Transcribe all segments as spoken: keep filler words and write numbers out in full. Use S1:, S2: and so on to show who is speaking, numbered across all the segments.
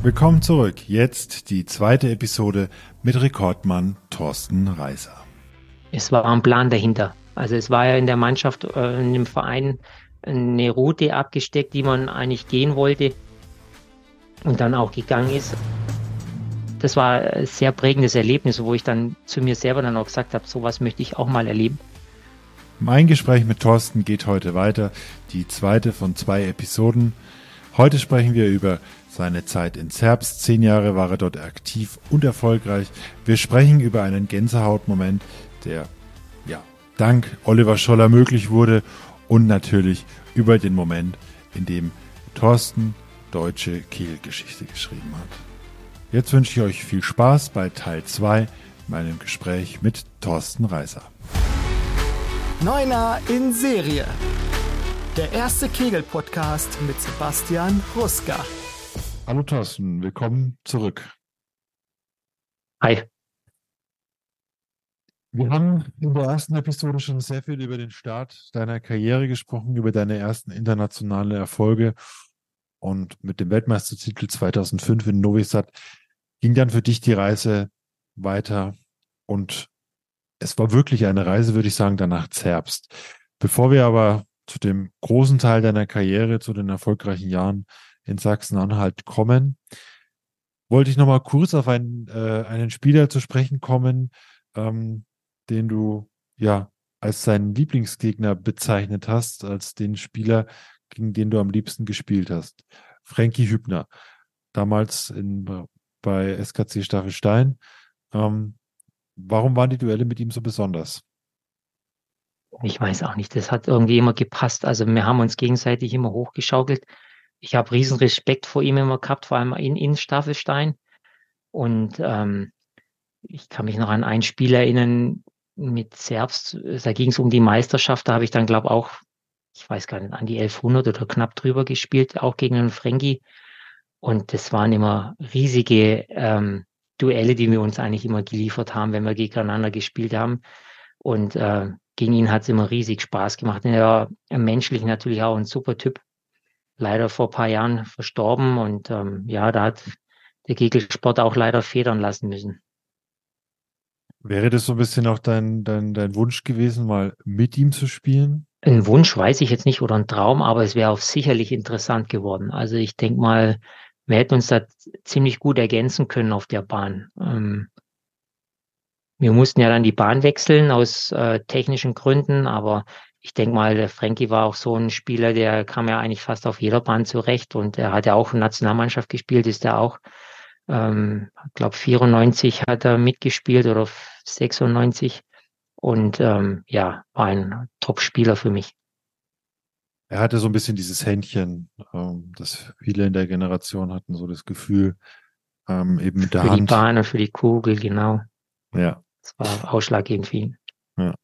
S1: Willkommen zurück. Jetzt die zweite Episode mit Rekordmann Thorsten Reißer.
S2: Es war ein Plan dahinter. Also es war ja in der Mannschaft, äh, in dem Verein eine Route abgesteckt, die man eigentlich gehen wollte und dann auch gegangen ist. Das war ein sehr prägendes Erlebnis, wo ich dann zu mir selber dann auch gesagt habe, sowas möchte ich auch mal erleben.
S1: Mein Gespräch mit Thorsten geht heute weiter, die zweite von zwei Episoden. Heute sprechen wir über seine Zeit in Zerbst. Zehn Jahre war er dort aktiv und erfolgreich. Wir sprechen über einen Gänsehautmoment, der ja dank Oliver Scholler möglich wurde, und natürlich über den Moment, in dem Thorsten deutsche Kegelgeschichte geschrieben hat. Jetzt wünsche ich euch viel Spaß bei Teil zwei, meinem Gespräch mit Thorsten Reißer.
S3: Neuner in Serie. Der erste Kegel-Podcast mit Sebastian Ruska.
S1: Hallo Thorsten, willkommen zurück.
S2: Hi.
S1: Wir haben in der ersten Episode schon sehr viel über den Start deiner Karriere gesprochen, über deine ersten internationalen Erfolge, und mit dem Weltmeistertitel zweitausendfünf in Novi Sad ging dann für dich die Reise weiter, und es war wirklich eine Reise, würde ich sagen, danach Zerbst. Bevor wir aber zu dem großen Teil deiner Karriere, zu den erfolgreichen Jahren in Sachsen-Anhalt kommen, wollte ich nochmal kurz auf einen, äh, einen Spieler zu sprechen kommen, ähm, den du ja als seinen Lieblingsgegner bezeichnet hast, als den Spieler, gegen den du am liebsten gespielt hast. Frankie Hübner, damals in, bei S K C Staffelstein. Ähm, warum waren die Duelle mit ihm so besonders?
S2: Ich weiß auch nicht, das hat irgendwie immer gepasst. Also wir haben uns gegenseitig immer hochgeschaukelt. Ich habe riesen Respekt vor ihm immer gehabt, vor allem in, in Staffelstein. Und ähm, ich kann mich noch an ein Spiel erinnern mit Zerbst. Da ging es um die Meisterschaft. Da habe ich dann, glaube ich, auch, ich weiß gar nicht, an die elfhundert oder knapp drüber gespielt, auch gegen einen Frankie. Und das waren immer riesige ähm, Duelle, die wir uns eigentlich immer geliefert haben, wenn wir gegeneinander gespielt haben. Und äh, gegen ihn hat es immer riesig Spaß gemacht. Er war menschlich natürlich auch ein super Typ. Leider vor ein paar Jahren verstorben. Und ähm, ja, da hat der Kegelsport auch leider federn lassen müssen.
S1: Wäre das so ein bisschen auch dein, dein, dein Wunsch gewesen, mal mit ihm zu spielen?
S2: Ein Wunsch weiß ich jetzt nicht oder ein Traum, aber es wäre auch sicherlich interessant geworden. Also ich denke mal, wir hätten uns da ziemlich gut ergänzen können auf der Bahn. Ähm, wir mussten ja dann die Bahn wechseln aus äh, technischen Gründen, aber ich denke mal, der Frankie war auch so ein Spieler, der kam ja eigentlich fast auf jeder Bahn zurecht, und er hat ja auch in der Nationalmannschaft gespielt, ist er auch. Ähm, ich glaube, vierundneunzig hat er mitgespielt oder sechsundneunzig, und ähm, ja, war ein Top-Spieler für mich.
S1: Er hatte so ein bisschen dieses Händchen, ähm, das viele in der Generation hatten, so das Gefühl, ähm, eben mit der
S2: Für die
S1: Hand.
S2: Bahn und für die Kugel, genau.
S1: Ja,
S2: Das war ausschlaggebend für ihn.
S1: ja.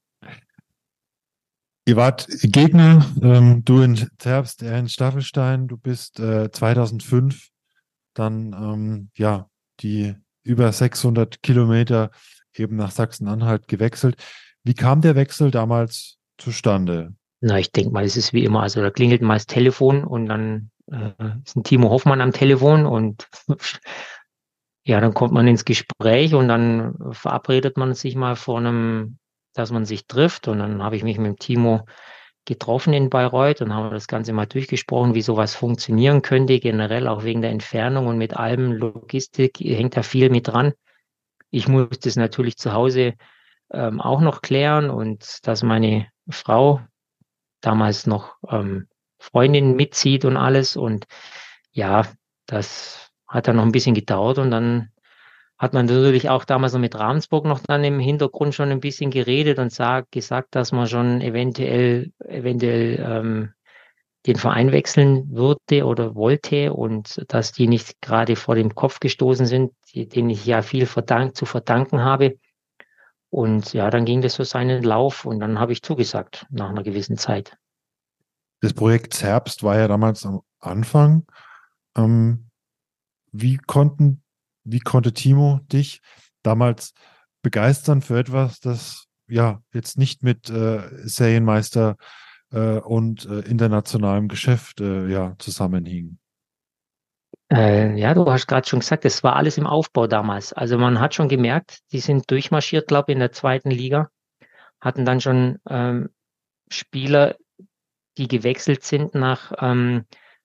S1: Ihr wart Gegner, ähm, du in Zerbst, er in Staffelstein. Du bist äh, zweitausendfünf dann ähm, ja die über sechshundert Kilometer eben nach Sachsen-Anhalt gewechselt. Wie kam der Wechsel damals zustande?
S2: Na, ich denke mal, es ist wie immer. Also da klingelt mal das Telefon und dann äh, ist ein Timo Hoffmann am Telefon, und ja, dann kommt man ins Gespräch und dann verabredet man sich mal vor einem, dass man sich trifft. Und dann habe ich mich mit dem Timo getroffen in Bayreuth und haben wir das Ganze mal durchgesprochen, wie sowas funktionieren könnte, generell auch wegen der Entfernung und mit allem. Logistik hängt da viel mit dran. Ich muss das natürlich zu Hause ähm, auch noch klären, und dass meine Frau damals noch ähm, Freundin mitzieht und alles. Und ja, das hat dann noch ein bisschen gedauert, und dann hat man natürlich auch damals noch mit Ravensburg noch dann im Hintergrund schon ein bisschen geredet und sagt, gesagt, dass man schon eventuell, eventuell ähm, den Verein wechseln würde oder wollte, und dass die nicht gerade vor dem Kopf gestoßen sind, die, denen ich ja viel verdank, zu verdanken habe. Und ja, dann ging das so seinen Lauf, und dann habe ich zugesagt nach einer gewissen Zeit.
S1: Das Projekt Zerbst war ja damals am Anfang. Ähm, wie konnten, wie konnte Timo dich damals begeistern für etwas, das ja jetzt nicht mit äh, Serienmeister äh, und äh, internationalem Geschäft äh, ja zusammenhing?
S2: Äh, ja, du hast gerade schon gesagt, das war alles im Aufbau damals. Also man hat schon gemerkt, die sind durchmarschiert, glaube ich, in der zweiten Liga, hatten dann schon ähm, Spieler, die gewechselt sind nach ähm,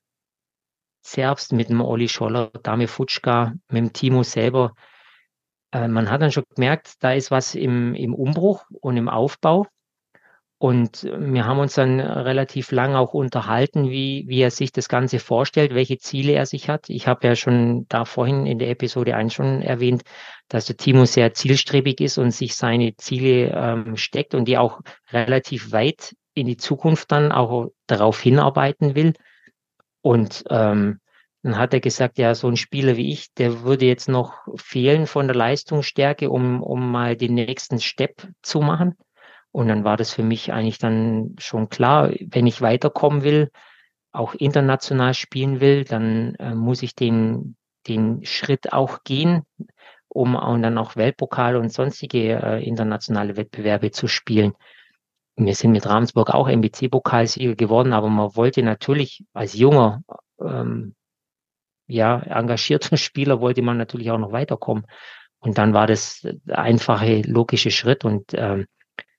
S2: Zerbst mit dem Olli Scholler, Damir Futschka, mit dem Timo selber. Äh, man hat dann schon gemerkt, da ist was im, im Umbruch und im Aufbau. Und wir haben uns dann relativ lang auch unterhalten, wie, wie er sich das Ganze vorstellt, welche Ziele er sich hat. Ich habe ja schon da vorhin in der Episode eins schon erwähnt, dass der Timo sehr zielstrebig ist und sich seine Ziele ähm, steckt und die auch relativ weit in die Zukunft dann auch darauf hinarbeiten will. Und ähm, dann hat er gesagt, ja, so ein Spieler wie ich, der würde jetzt noch fehlen von der Leistungsstärke, um, um mal den nächsten Step zu machen. Und dann war das für mich eigentlich dann schon klar, wenn ich weiterkommen will, auch international spielen will, dann äh, muss ich den, den Schritt auch gehen, um und dann auch Weltpokal und sonstige äh, internationale Wettbewerbe zu spielen. Wir sind mit Ravensburg auch M B C-Pokalsieger geworden, aber man wollte natürlich als junger, ähm, ja, engagierter Spieler wollte man natürlich auch noch weiterkommen. Und dann war das der einfache, logische Schritt und ähm,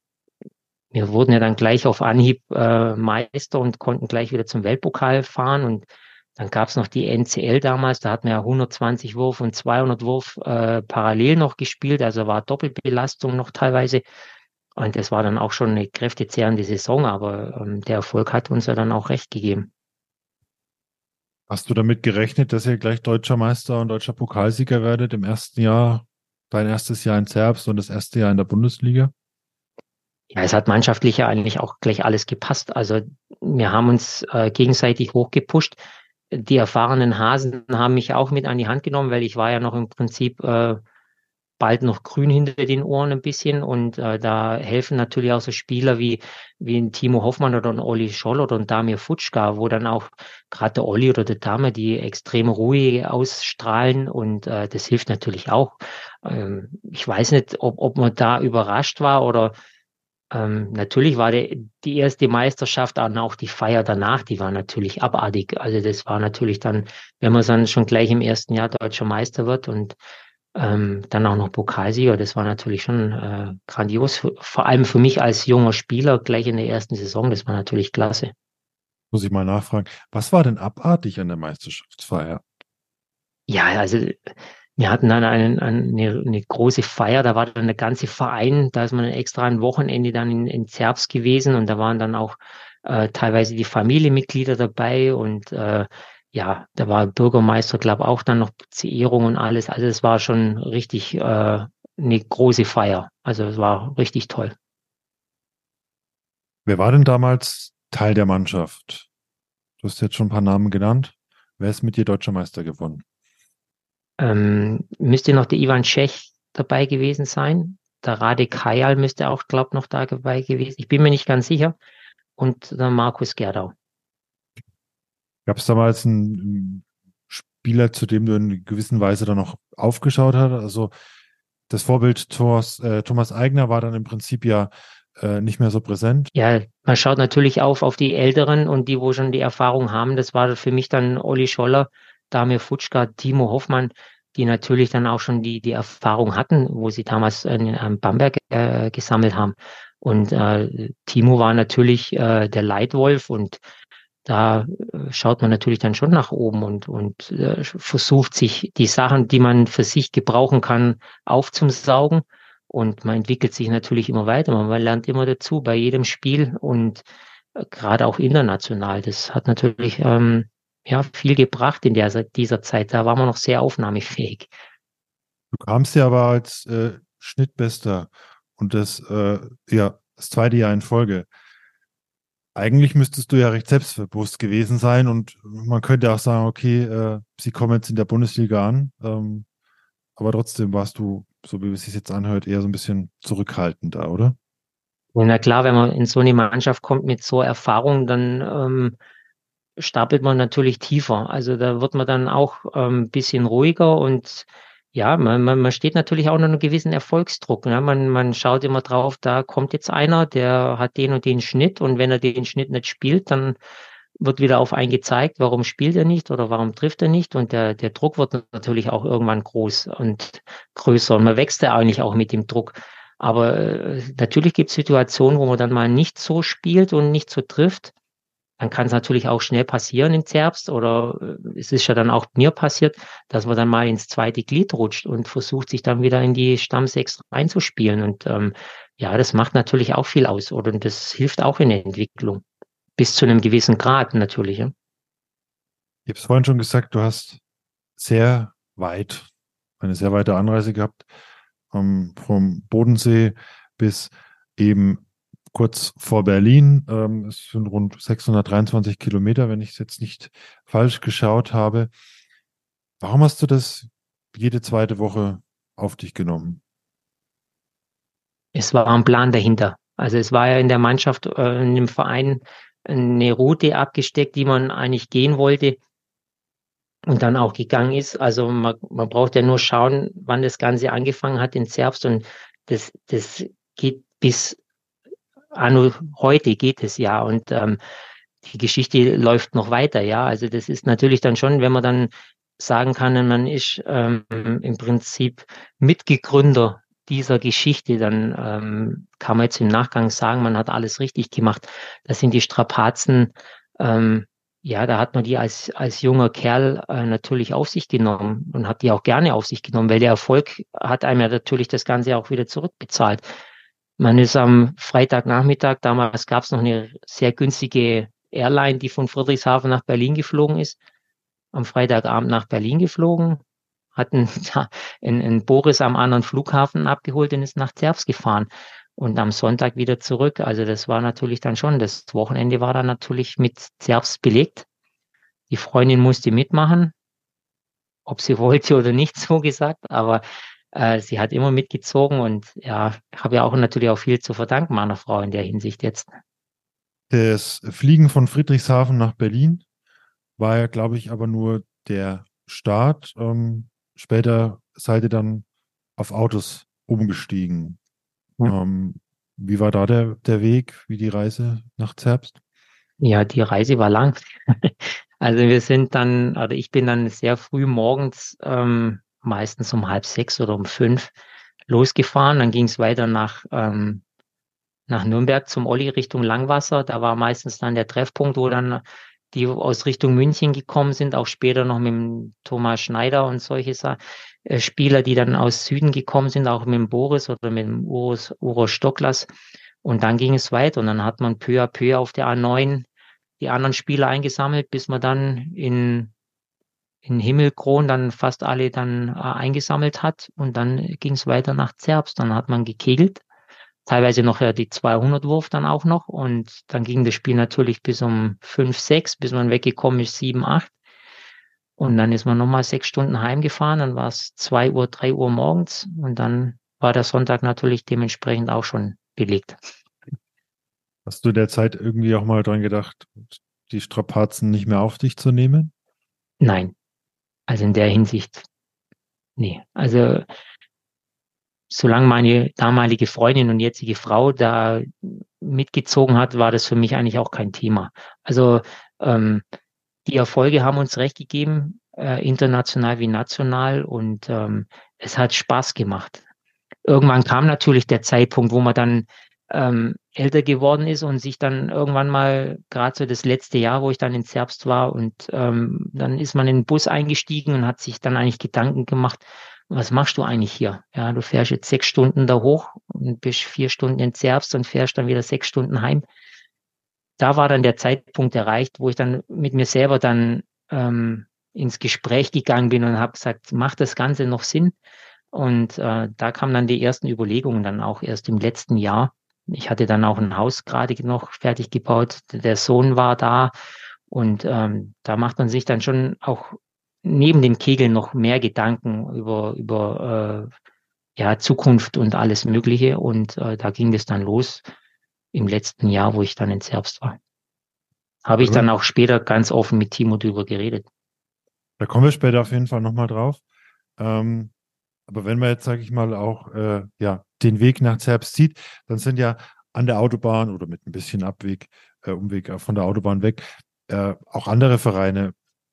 S2: wir wurden ja dann gleich auf Anhieb äh, Meister und konnten gleich wieder zum Weltpokal fahren. Und dann gab es noch die N C L damals, da hatten wir ja hundertzwanzig Wurf und zweihundert Wurf äh, parallel noch gespielt, also war Doppelbelastung noch teilweise. Und das war dann auch schon eine kräftezehrende Saison, aber ähm, der Erfolg hat uns ja dann auch recht gegeben.
S1: Hast du damit gerechnet, dass ihr gleich deutscher Meister und deutscher Pokalsieger werdet im ersten Jahr, dein erstes Jahr in Zerbst und das erste Jahr in der Bundesliga?
S2: Ja, es hat mannschaftlich ja eigentlich auch gleich alles gepasst. Also wir haben uns äh, gegenseitig hochgepusht. Die erfahrenen Hasen haben mich auch mit an die Hand genommen, weil ich war ja noch im Prinzip äh, bald noch grün hinter den Ohren ein bisschen und äh, da helfen natürlich auch so Spieler wie wie ein Timo Hoffmann oder ein Olli Scholl oder ein Damir Futschka, wo dann auch gerade der Olli oder der Dame die extreme Ruhe ausstrahlen und äh, das hilft natürlich auch. Ähm, ich weiß nicht, ob, ob man da überrascht war oder ähm, natürlich war der, die erste Meisterschaft und auch die Feier danach, die war natürlich abartig. Also das war natürlich dann, wenn man dann schon gleich im ersten Jahr deutscher Meister wird und ähm, dann auch noch Pokalsieger, das war natürlich schon äh, grandios. Für, vor allem für mich als junger Spieler gleich in der ersten Saison, das war natürlich klasse.
S1: Muss ich mal nachfragen. Was war denn abartig an der Meisterschaftsfeier?
S2: Ja, also wir hatten dann einen, eine, eine große Feier, da war dann der ganze Verein, da ist man extra ein Wochenende dann in, in Zerbst gewesen und da waren dann auch äh, teilweise die Familienmitglieder dabei und äh, ja, da war Bürgermeister, glaube auch dann noch Ehrung und alles. Also es war schon richtig äh, eine große Feier. Also es war richtig toll.
S1: Wer war denn damals Teil der Mannschaft? Du hast jetzt schon ein paar Namen genannt. Wer ist mit dir deutscher Meister geworden?
S2: Ähm, müsste noch der Ivan Cech dabei gewesen sein. Der Rade Kajal müsste auch, glaube ich, noch dabei gewesen. Ich bin mir nicht ganz sicher. Und der Markus Gerdau.
S1: Gab es damals einen Spieler, zu dem du in gewisser Weise dann noch aufgeschaut hast? Also das Vorbild Thomas, äh, Thomas Aigner war dann im Prinzip ja äh, nicht mehr so präsent.
S2: Ja, man schaut natürlich auf auf die Älteren und die, wo schon die Erfahrung haben. Das war für mich dann Olli Scholler, Damir Futschka, Timo Hoffmann, die natürlich dann auch schon die die Erfahrung hatten, wo sie damals in, in Bamberg äh, gesammelt haben. Und äh, Timo war natürlich äh, der Leitwolf und da äh, schaut man natürlich dann schon nach oben und, und äh, versucht sich die Sachen, die man für sich gebrauchen kann, aufzusaugen. Und man entwickelt sich natürlich immer weiter. Man lernt immer dazu bei jedem Spiel und äh, gerade auch international. Das hat natürlich ähm, ja viel gebracht in der, dieser Zeit. Da waren wir noch sehr aufnahmefähig.
S1: Du kamst ja aber als äh, Schnittbester und das, äh, ja, das zweite Jahr in Folge. Eigentlich müsstest du ja recht selbstbewusst gewesen sein und man könnte auch sagen, okay, äh, sie kommen jetzt in der Bundesliga an, ähm, aber trotzdem warst du, so wie es sich jetzt anhört, eher so ein bisschen zurückhaltend da, oder?
S2: Und na klar, wenn man in so eine Mannschaft kommt mit so Erfahrung, dann ähm, stapelt man natürlich tiefer. Also da wird man dann auch ein ähm, bisschen ruhiger und ja, man, man, man steht natürlich auch unter einem gewissen Erfolgsdruck. Ne? Man, man schaut immer drauf, da kommt jetzt einer, der hat den und den Schnitt und wenn er den Schnitt nicht spielt, dann wird wieder auf einen gezeigt, warum spielt er nicht oder warum trifft er nicht. Und der, der Druck wird natürlich auch irgendwann groß und größer. Und man wächst ja eigentlich auch mit dem Druck. Aber äh, natürlich gibt es Situationen, wo man dann mal nicht so spielt und nicht so trifft. Dann kann es natürlich auch schnell passieren im Zerbst oder äh, es ist ja dann auch mir passiert, dass man dann mal ins zweite Glied rutscht und versucht, sich dann wieder in die Stammsechs reinzuspielen. Und ähm, ja, das macht natürlich auch viel aus oder das hilft auch in der Entwicklung. Bis zu einem gewissen Grad natürlich. Ja.
S1: Ich habe es vorhin schon gesagt, du hast sehr weit, eine sehr weite Anreise gehabt, ähm, vom Bodensee bis eben kurz vor Berlin. Ähm, es sind rund sechshundertdreiundzwanzig Kilometer, wenn ich es jetzt nicht falsch geschaut habe. Warum hast du das jede zweite Woche auf dich genommen?
S2: Es war ein Plan dahinter. Also es war ja in der Mannschaft, äh, in dem Verein eine Route abgesteckt, die man eigentlich gehen wollte und dann auch gegangen ist. Also man, man braucht ja nur schauen, wann das Ganze angefangen hat in Zerbst und das, das geht bis anno heute geht es ja und ähm, die Geschichte läuft noch weiter, ja. Also das ist natürlich dann schon, wenn man dann sagen kann, man ist ähm, im Prinzip Mitgegründer dieser Geschichte, dann ähm, kann man jetzt im Nachgang sagen, man hat alles richtig gemacht. Das sind die Strapazen, ähm, ja, da hat man die als, als junger Kerl äh, natürlich auf sich genommen und hat die auch gerne auf sich genommen, weil der Erfolg hat einem ja natürlich das Ganze auch wieder zurückbezahlt. Man ist am Freitagnachmittag, damals gab es noch eine sehr günstige Airline, die von Friedrichshafen nach Berlin geflogen ist, am Freitagabend nach Berlin geflogen, hatten ja, in, in Boris am anderen Flughafen abgeholt und ist nach Zerbst gefahren und am Sonntag wieder zurück. Also das war natürlich dann schon, das Wochenende war dann natürlich mit Zerbst belegt. Die Freundin musste mitmachen, ob sie wollte oder nicht, so gesagt, aber äh, sie hat immer mitgezogen und ja, ich habe ja auch natürlich auch viel zu verdanken meiner Frau in der Hinsicht jetzt.
S1: Das Fliegen von Friedrichshafen nach Berlin war ja, glaube ich, aber nur der Start. Ähm, später seid ihr dann auf Autos umgestiegen.
S2: Ja.
S1: Ähm, wie war da der, der Weg, wie die Reise nach Zerbst?
S2: Ja, die Reise war lang. Also wir sind dann, oder ich bin dann sehr früh morgens, ähm, meistens um halb sechs oder um fünf losgefahren. Dann ging es weiter nach, ähm, nach Nürnberg zum Olli Richtung Langwasser. Da war meistens dann der Treffpunkt, wo dann die aus Richtung München gekommen sind, auch später noch mit dem Thomas Schneider und solche Sa äh, Spieler, die dann aus Süden gekommen sind, auch mit dem Boris oder mit dem Uros, Uros Stoklas. Und dann ging es weiter und dann hat man peu à peu auf der A neun die anderen Spieler eingesammelt, bis man dann in, in Himmelkron dann fast alle dann äh, eingesammelt hat und dann ging es weiter nach Zerbst. Dann hat man gekegelt, teilweise noch ja die zweihundert Wurf dann auch noch und dann ging das Spiel natürlich bis um fünf, sechs, bis man weggekommen ist, sieben, acht. Und dann ist man nochmal sechs Stunden heimgefahren, dann war es zwei Uhr, drei Uhr morgens und dann war der Sonntag natürlich dementsprechend auch schon belegt.
S1: Hast du derzeit irgendwie auch mal dran gedacht, die Strapazen nicht mehr auf dich zu nehmen?
S2: Nein, also in der Hinsicht, nee. Also solange meine damalige Freundin und jetzige Frau da mitgezogen hat, war das für mich eigentlich auch kein Thema. Also ähm, die Erfolge haben uns recht gegeben, äh, international wie national und ähm, es hat Spaß gemacht. Irgendwann kam natürlich der Zeitpunkt, wo man dann ähm, älter geworden ist und sich dann irgendwann mal, gerade so das letzte Jahr, wo ich dann in Zerbst war und ähm, dann ist man in den Bus eingestiegen und hat sich dann eigentlich Gedanken gemacht, was machst du eigentlich hier? Ja, du fährst jetzt sechs Stunden da hoch und bist vier Stunden in Zerbst und fährst dann wieder sechs Stunden heim. Da war dann der Zeitpunkt erreicht, wo ich dann mit mir selber dann ähm, ins Gespräch gegangen bin und habe gesagt, macht das Ganze noch Sinn? Und äh, da kamen dann die ersten Überlegungen dann auch erst im letzten Jahr. Ich hatte dann auch ein Haus gerade noch fertig gebaut. Der Sohn war da und ähm, da macht man sich dann schon auch neben dem Kegeln noch mehr Gedanken über über äh, ja Zukunft und alles Mögliche. Und äh, da ging es dann los im letzten Jahr, wo ich dann in Zerbst war. Habe ich dann auch später ganz offen mit Timo drüber geredet.
S1: Da kommen wir später auf jeden Fall nochmal drauf. Ähm, aber wenn man jetzt, sage ich mal, auch äh, ja, den Weg nach Zerbst zieht, dann sind ja an der Autobahn oder mit ein bisschen Abweg, äh, Umweg von der Autobahn weg, äh, auch andere Vereine,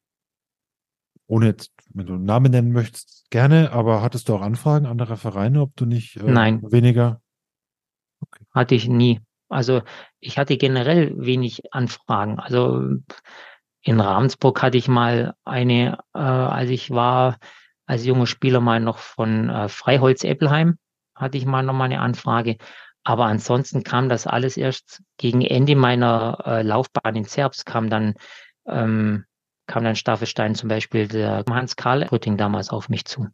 S1: ohne jetzt, wenn du einen Namen nennen möchtest, gerne, aber hattest du auch Anfragen anderer Vereine, ob du nicht äh,
S2: Nein,
S1: weniger? Okay.
S2: hatte ich nie. Also ich hatte generell wenig Anfragen. Also in Ravensburg hatte ich mal eine, äh, als ich war, als junger Spieler mal noch von äh, Freiholz Eppelheim, hatte ich mal noch mal eine Anfrage. Aber ansonsten kam das alles erst gegen Ende meiner äh, Laufbahn in Zerbst, kam dann, ähm, kam dann Staffelstein zum Beispiel, der Hans Karl Rütting damals auf mich zu.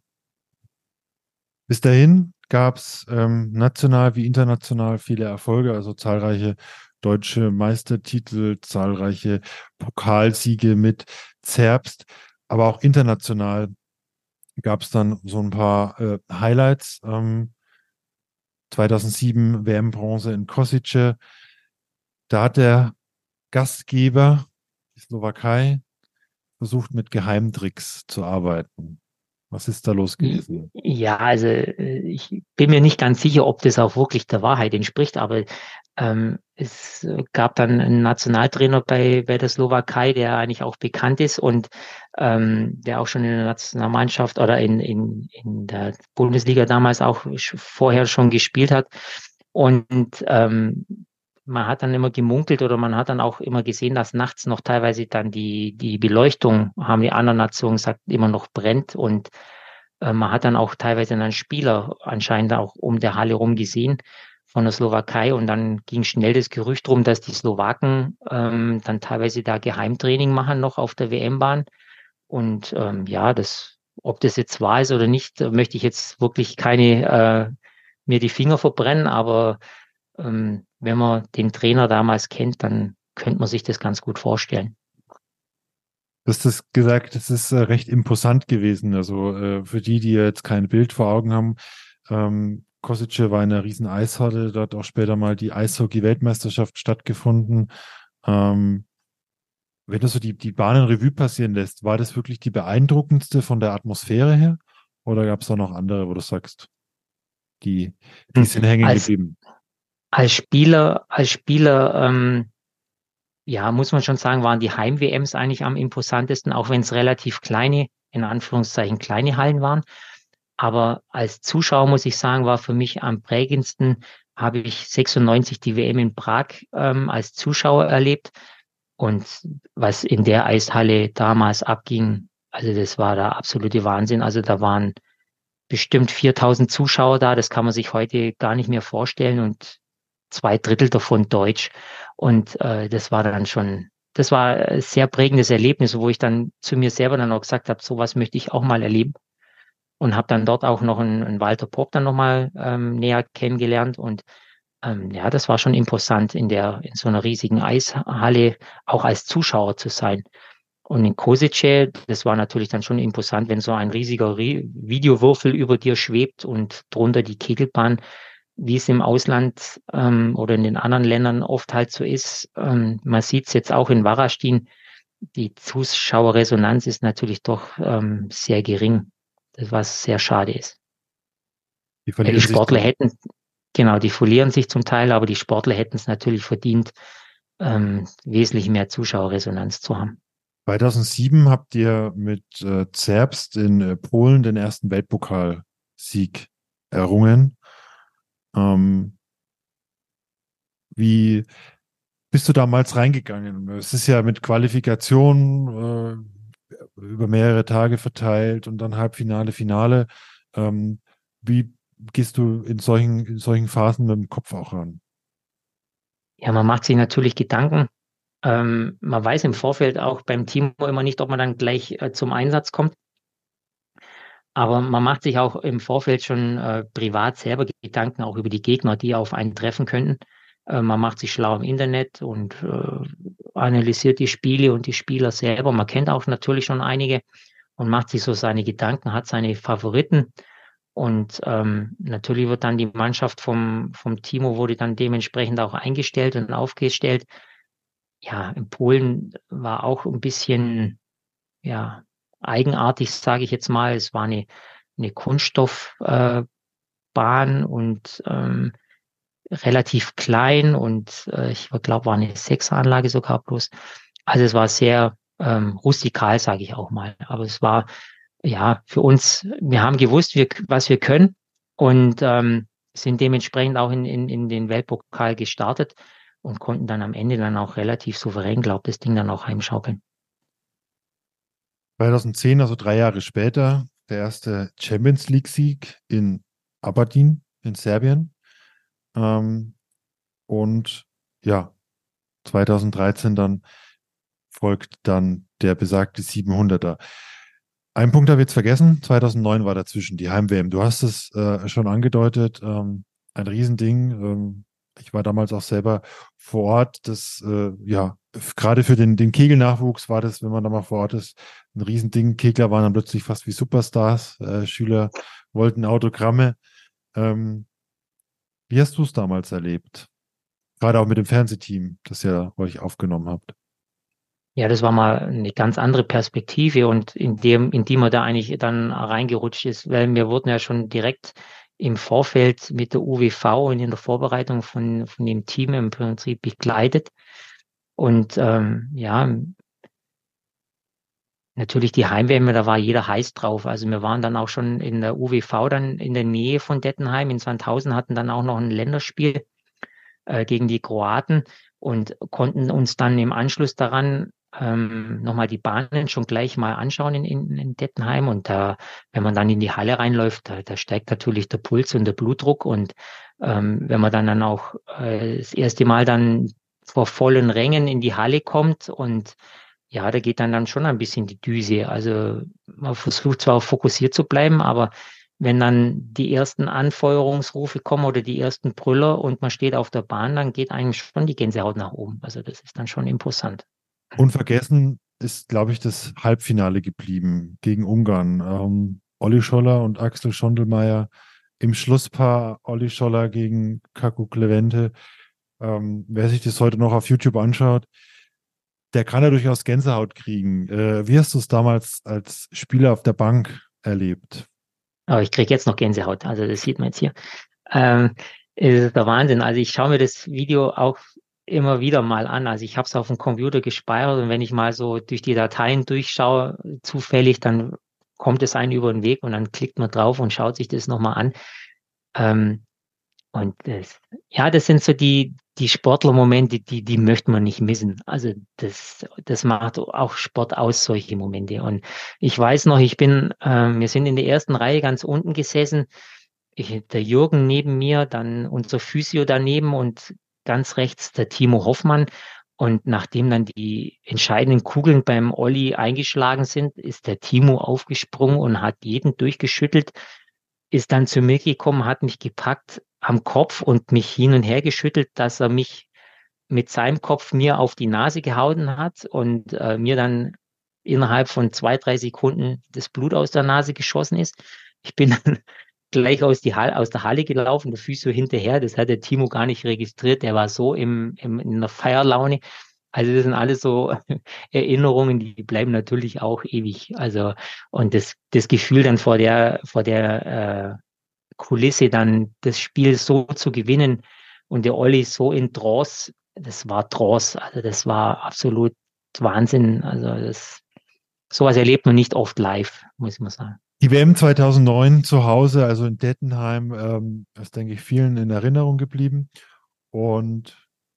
S1: Bis dahin gab es ähm, national wie international viele Erfolge, also zahlreiche deutsche Meistertitel, zahlreiche Pokalsiege mit Zerbst, aber auch international gab es dann so ein paar äh, Highlights. Ähm, zweitausendsieben W M-Bronze in Kosice. Da hat der Gastgeber, die Slowakei, versucht mit Geheimtricks zu arbeiten. Was ist da los gewesen?
S2: Ja, also äh, ich bin mir nicht ganz sicher, ob das auch wirklich der Wahrheit entspricht, aber ähm, es gab dann einen Nationaltrainer bei, bei der Slowakei, der eigentlich auch bekannt ist und ähm, der auch schon in der Nationalmannschaft oder in, in, in der Bundesliga damals auch sch- vorher schon gespielt hat. Und ähm, man hat dann immer gemunkelt oder man hat dann auch immer gesehen, dass nachts noch teilweise dann die, die Beleuchtung, haben die anderen Nationen gesagt, immer noch brennt und äh, man hat dann auch teilweise einen Spieler anscheinend auch um der Halle rum gesehen von der Slowakei und dann ging schnell das Gerücht rum, dass die Slowaken ähm, dann teilweise da Geheimtraining machen noch auf der W M-Bahn. Und ähm, ja, das, ob das jetzt wahr ist oder nicht, äh, möchte ich jetzt wirklich keine äh, mir die Finger verbrennen, aber ähm, wenn man den Trainer damals kennt, dann könnte man sich das ganz gut vorstellen.
S1: Du hast das gesagt, das ist äh, recht imposant gewesen. Also äh, für die, die jetzt kein Bild vor Augen haben, ähm, Kosice war in einer riesen Eishalle, da hat auch später mal die Eishockey-Weltmeisterschaft stattgefunden. Ähm, wenn du so die, die Bahnen Revue passieren lässt, war das wirklich die beeindruckendste von der Atmosphäre her? Oder gab es da noch andere, wo du sagst, die, die
S2: Hm.
S1: sind hängen
S2: Als,
S1: geblieben?
S2: als Spieler, als Spieler, ähm, ja, muss man schon sagen, waren die Heim-W Ms eigentlich am imposantesten, auch wenn es relativ kleine, in Anführungszeichen kleine Hallen waren. Aber als Zuschauer muss ich sagen, war für mich am prägendsten, habe ich sechsundneunzig die W M in Prag ähm, als Zuschauer erlebt. Und was in der Eishalle damals abging, also das war der absolute Wahnsinn. Also da waren bestimmt viertausend Zuschauer da, das kann man sich heute gar nicht mehr vorstellen und zwei Drittel davon Deutsch. Und äh, das war dann schon, das war ein sehr prägendes Erlebnis, wo ich dann zu mir selber dann auch gesagt habe, sowas möchte ich auch mal erleben. Und habe dann dort auch noch einen, einen Walter Popp dann nochmal ähm, näher kennengelernt. Und ähm, ja, das war schon imposant, in der, in so einer riesigen Eishalle auch als Zuschauer zu sein. Und in Kosice, das war natürlich dann schon imposant, wenn so ein riesiger Ri Videowürfel über dir schwebt und drunter die Kegelbahn, wie es im Ausland ähm, oder in den anderen Ländern oft halt so ist. Ähm, man sieht es jetzt auch in Varaždin, die Zuschauerresonanz ist natürlich doch ähm, sehr gering, das was sehr schade ist.
S1: Die
S2: Weil die
S1: verlieren sich
S2: Sportler
S1: dann.
S2: hätten, genau, die verlieren sich zum Teil, aber die Sportler hätten es natürlich verdient, ähm, wesentlich mehr Zuschauerresonanz zu haben.
S1: zweitausendsieben habt ihr mit äh, Zerbst in äh, Polen den ersten Weltpokalsieg errungen. Ähm, wie bist du damals reingegangen? Es ist ja mit Qualifikation äh, über mehrere Tage verteilt und dann Halbfinale, Finale. Ähm, wie gehst du in solchen, in solchen Phasen mit dem Kopf auch ran?
S2: Ja, man macht sich natürlich Gedanken. Ähm, man weiß im Vorfeld auch beim Team immer nicht, ob man dann gleich äh, zum Einsatz kommt. Aber man macht sich auch im Vorfeld schon äh, privat selber Gedanken, auch über die Gegner, die auf einen treffen könnten. Äh, man macht sich schlau im Internet und äh, analysiert die Spiele und die Spieler selber. Man kennt auch natürlich schon einige und macht sich so seine Gedanken, hat seine Favoriten. Und ähm, natürlich wird dann die Mannschaft vom, vom Timo wurde dann dementsprechend auch eingestellt und aufgestellt. Ja, in Polen war auch ein bisschen, ja, eigenartig, sage ich jetzt mal. Es war eine, eine Kunststoffbahn äh, Bahn und ähm, relativ klein und äh, ich glaube, war eine Sechseranlage sogar bloß. Also es war sehr ähm, rustikal, sage ich auch mal. Aber es war ja für uns, wir haben gewusst, wir, was wir können und ähm, sind dementsprechend auch in, in, in den Weltpokal gestartet und konnten dann am Ende dann auch relativ souverän, glaube ich, das Ding dann auch heimschaukeln.
S1: zweitausendzehn, also drei Jahre später, der erste Champions League-Sieg in Aberdeen in Serbien. Ähm, und ja, zweitausenddreizehn dann folgt dann der besagte siebenhunderter. Ein Punkt habe ich jetzt vergessen, zweitausendneun war dazwischen, die Heim-W M. Du hast es äh, schon angedeutet, ähm, ein Riesending. Ähm, ich war damals auch selber vor Ort. Das, äh, ja, f- gerade für den, den Kegelnachwuchs war das, wenn man da mal vor Ort ist, ein Riesending. Kegler waren dann plötzlich fast wie Superstars. Äh, Schüler wollten Autogramme. Ähm, Wie hast du es damals erlebt? Gerade auch mit dem Fernsehteam, das ihr euch aufgenommen habt.
S2: Ja, das war mal eine ganz andere Perspektive und in dem, in die man da eigentlich dann reingerutscht ist, weil wir wurden ja schon direkt im Vorfeld mit der U W V und in der Vorbereitung von, von dem Team im Prinzip begleitet. Und ähm, ja, natürlich die Heimwehr, da war jeder heiß drauf. Also wir waren dann auch schon in der U W V dann in der Nähe von Dettenheim in Sandhausen, hatten dann auch noch ein Länderspiel äh, gegen die Kroaten und konnten uns dann im Anschluss daran ähm, nochmal die Bahnen schon gleich mal anschauen in, in, in Dettenheim. Und da, wenn man dann in die Halle reinläuft, da, da steigt natürlich der Puls und der Blutdruck. Und ähm, wenn man dann, dann auch äh, das erste Mal dann vor vollen Rängen in die Halle kommt und ja, da geht dann, dann schon ein bisschen die Düse. Also man versucht zwar auch fokussiert zu bleiben, aber wenn dann die ersten Anfeuerungsrufe kommen oder die ersten Brüller und man steht auf der Bahn, dann geht eigentlich schon die Gänsehaut nach oben. Also das ist dann schon imposant.
S1: Unvergessen ist, glaube ich, das Halbfinale geblieben gegen Ungarn. Ähm, Olli Scholler und Axel Schondelmeier im Schlusspaar, Olli Scholler gegen Kaku Clemente. Ähm, wer sich das heute noch auf YouTube anschaut, der kann ja durchaus Gänsehaut kriegen. Äh, wie hast du es damals als Spieler auf der Bank erlebt?
S2: Aber ich kriege jetzt noch Gänsehaut. Also das sieht man jetzt hier. Ähm, ist der Wahnsinn. Also ich schaue mir das Video auch immer wieder mal an. Also ich habe es auf dem Computer gespeichert und wenn ich mal so durch die Dateien durchschaue, zufällig, dann kommt es einem über den Weg und dann klickt man drauf und schaut sich das nochmal an. Ähm, und das, ja, das sind so die, die Sportlermomente, die, die möchte man nicht missen. Also das, das macht auch Sport aus, solche Momente. Und ich weiß noch, ich bin, ähm, wir sind in der ersten Reihe ganz unten gesessen. Ich, der Jürgen neben mir, dann unser Physio daneben und ganz rechts der Timo Hoffmann. Und nachdem dann die entscheidenden Kugeln beim Olli eingeschlagen sind, ist der Timo aufgesprungen und hat jeden durchgeschüttelt, ist dann zu mir gekommen, hat mich gepackt am Kopf und mich hin und her geschüttelt, dass er mich mit seinem Kopf mir auf die Nase gehauen hat und äh, mir dann innerhalb von zwei, drei Sekunden das Blut aus der Nase geschossen ist. Ich bin dann gleich aus, die Halle, aus der Halle gelaufen, der Physio hinterher, das hat der Timo gar nicht registriert, der war so im, im, in der Feierlaune. Also das sind alles so Erinnerungen, die bleiben natürlich auch ewig. Also und das, das Gefühl dann vor der, vor der äh, Kulisse dann das Spiel so zu gewinnen und der Olli so in Trance, das war Trance, also das war absolut Wahnsinn. Also das, sowas erlebt man nicht oft live, muss man sagen.
S1: Die W M zweitausendneun zu Hause, also in Dettenheim, ähm, ist, denke ich, vielen in Erinnerung geblieben. Und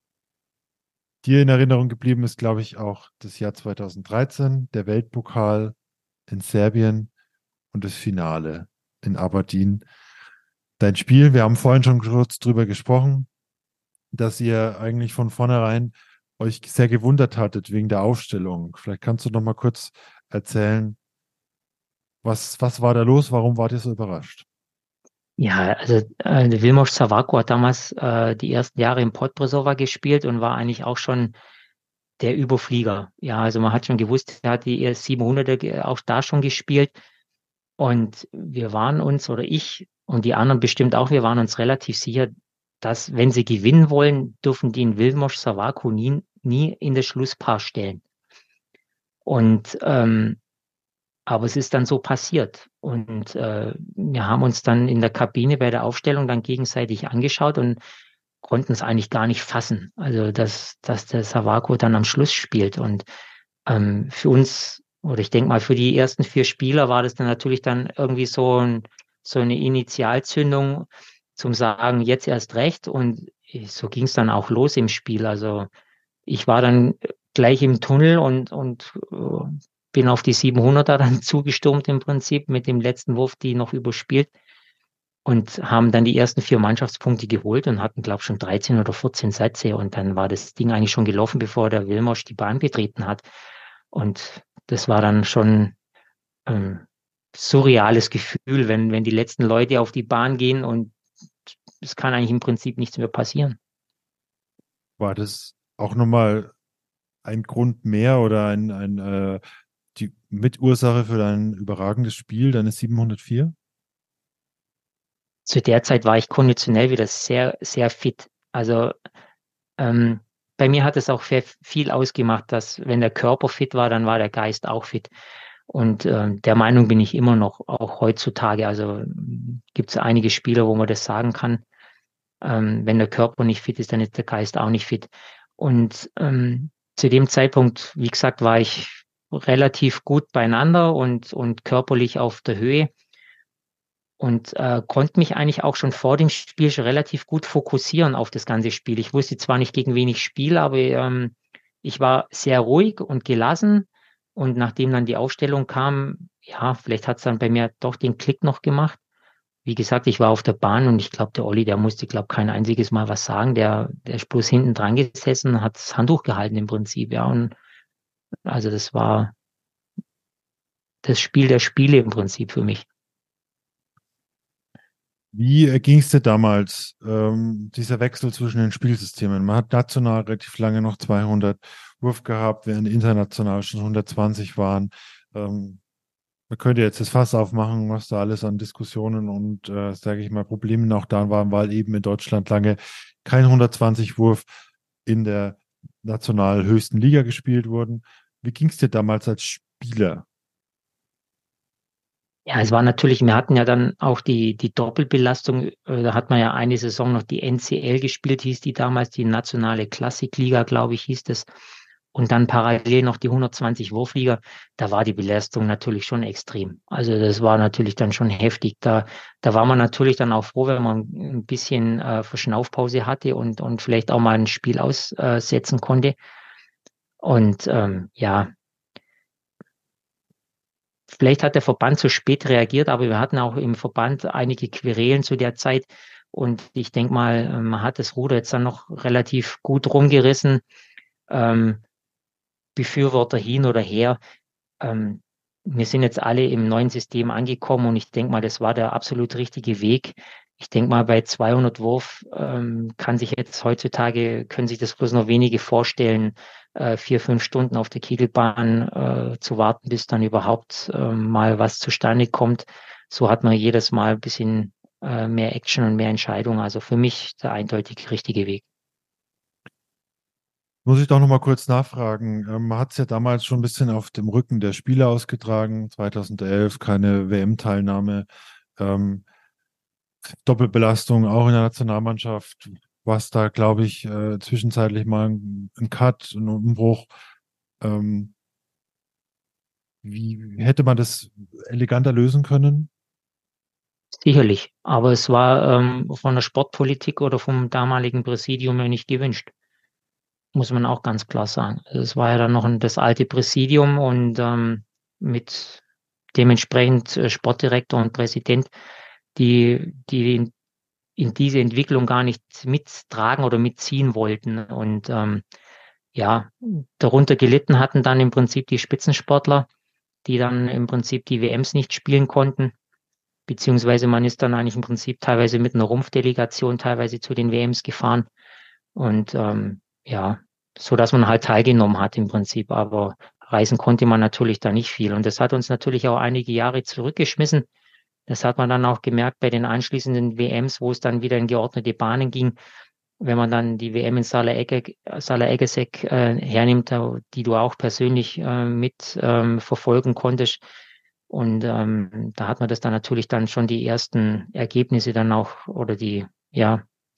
S1: dir in Erinnerung geblieben ist, glaube ich, auch das Jahr zweitausenddreizehn, der Weltpokal in Serbien und das Finale in Aberdeen. Dein Spiel, wir haben vorhin schon kurz drüber gesprochen, dass ihr eigentlich von vornherein euch sehr gewundert hattet wegen der Aufstellung. Vielleicht kannst du noch mal kurz erzählen, was, was war da los? Warum wart ihr so überrascht?
S2: Ja, also äh, Vilmos Savako hat damals äh, die ersten Jahre im Podbresova gespielt und war eigentlich auch schon der Überflieger. Ja, also man hat schon gewusst, er hat die siebenhunderter ge- auch da schon gespielt. Und wir waren uns, oder ich und die anderen bestimmt auch, wir waren uns relativ sicher, dass wenn sie gewinnen wollen, dürfen die in Vilmos Savako nie, nie in das Schlusspaar stellen. Und ähm, aber es ist dann so passiert. Und äh, wir haben uns dann in der Kabine bei der Aufstellung dann gegenseitig angeschaut und konnten es eigentlich gar nicht fassen. Also, dass, dass der Sawako dann am Schluss spielt. Und ähm, für uns, oder ich denke mal, für die ersten vier Spieler war das dann natürlich dann irgendwie so, ein, so eine Initialzündung zum Sagen, jetzt erst recht. Und so ging es dann auch los im Spiel. Also ich war dann gleich im Tunnel und, und äh, bin auf die siebenhunderter dann zugestürmt im Prinzip mit dem letzten Wurf, die noch überspielt. Und haben dann die ersten vier Mannschaftspunkte geholt und hatten, glaube ich, schon dreizehn oder vierzehn Sätze. Und dann war das Ding eigentlich schon gelaufen, bevor der Wilmosch die Bahn betreten hat. Und das war dann schon ein surreales Gefühl, wenn, wenn die letzten Leute auf die Bahn gehen und es kann eigentlich im Prinzip nichts mehr passieren.
S1: War das auch nochmal ein Grund mehr oder ein, ein, äh, die Mitursache für dein überragendes Spiel, deine siebenhundertvier?
S2: Zu der Zeit war ich konditionell wieder sehr, sehr fit. Also ähm, bei mir hat es auch viel ausgemacht, dass wenn der Körper fit war, dann war der Geist auch fit. Und ähm, der Meinung bin ich immer noch, auch heutzutage. Also gibt es einige Spieler, wo man das sagen kann. Ähm, wenn der Körper nicht fit ist, dann ist der Geist auch nicht fit. Und ähm, zu dem Zeitpunkt, wie gesagt, war ich relativ gut beieinander und, und körperlich auf der Höhe und äh, konnte mich eigentlich auch schon vor dem Spiel schon relativ gut fokussieren auf das ganze Spiel. Ich wusste zwar nicht, gegen wen ich spiele, aber ähm, ich war sehr ruhig und gelassen. Und nachdem dann die Aufstellung kam, ja, vielleicht hat es dann bei mir doch den Klick noch gemacht. Wie gesagt, ich war auf der Bahn und ich glaube, der Olli, der musste, glaube kein einziges Mal was sagen. Der, der ist bloß hinten dran gesessen, hat das Handtuch gehalten im Prinzip, ja. Und also das war das Spiel der Spiele im Prinzip für mich.
S1: Wie ging es dir damals, ähm, dieser Wechsel zwischen den Spielsystemen? Man hat national relativ lange noch zweihundert Wurf gehabt, während international schon hundertzwanzig waren. Ähm, man könnte jetzt das Fass aufmachen, was da alles an Diskussionen und, äh, sage ich mal, Problemen auch da waren, weil eben in Deutschland lange kein hundertzwanzig Wurf in der national höchsten Liga gespielt wurden. Wie ging es dir damals als Spieler?
S2: Ja, es war natürlich, wir hatten ja dann auch die, die Doppelbelastung, äh, da hat man ja eine Saison noch die N C L gespielt, hieß die damals, die nationale Klassikliga, glaube ich, hieß das. Und dann parallel noch die hundertzwanzig Wurfliga, da war die Belastung natürlich schon extrem. Also das war natürlich dann schon heftig. Da, da war man natürlich dann auch froh, wenn man ein bisschen äh, Verschnaufpause hatte und, und vielleicht auch mal ein Spiel aussetzen konnte. Und ähm, ja, vielleicht hat der Verband zu spät reagiert, aber wir hatten auch im Verband einige Querelen zu der Zeit. Und ich denke mal, man hat das Ruder jetzt dann noch relativ gut rumgerissen. Ähm, Befürworter hin oder her. Ähm, wir sind jetzt alle im neuen System angekommen und ich denke mal, das war der absolut richtige Weg. Ich denke mal, bei zweihundert Wurf ähm, kann sich jetzt heutzutage, können sich das bloß noch wenige vorstellen, äh, vier, fünf Stunden auf der Kegelbahn äh, zu warten, bis dann überhaupt äh, mal was zustande kommt. So hat man jedes Mal ein bisschen äh, mehr Action und mehr Entscheidung. Also für mich der eindeutig richtige Weg.
S1: Muss ich doch noch mal kurz nachfragen. Ähm, man hat es ja damals schon ein bisschen auf dem Rücken der Spieler ausgetragen. zweitausendelf keine W M-Teilnahme. Ähm, Doppelbelastung auch in der Nationalmannschaft. Was da, glaube ich, äh, zwischenzeitlich mal ein, ein Cut, ein Umbruch. Ähm, wie hätte man das eleganter lösen können?
S2: Sicherlich, aber es war ähm, von der Sportpolitik oder vom damaligen Präsidium ja nicht gewünscht, muss man auch ganz klar sagen. Also es war ja dann noch ein, das alte Präsidium und ähm, mit dementsprechend äh, Sportdirektor und Präsident, die, die in, in diese Entwicklung gar nicht mittragen oder mitziehen wollten. Und ähm, ja, darunter gelitten hatten dann im Prinzip die Spitzensportler, die dann im Prinzip die W Ms nicht spielen konnten. Beziehungsweise man ist dann eigentlich im Prinzip teilweise mit einer Rumpfdelegation teilweise zu den W Ms gefahren. Und ähm, ja, so dass man halt teilgenommen hat im Prinzip. Aber reisen konnte man natürlich da nicht viel. Und das hat uns natürlich auch einige Jahre zurückgeschmissen. Das hat man dann auch gemerkt bei den anschließenden W Ms, wo es dann wieder in geordnete Bahnen ging. Wenn man dann die W M in Saler-Eggesek äh, hernimmt, die du auch persönlich äh, mit ähm, verfolgen konntest. Und ähm, da hat man das dann natürlich dann schon die ersten Ergebnisse dann auch oder die, ja,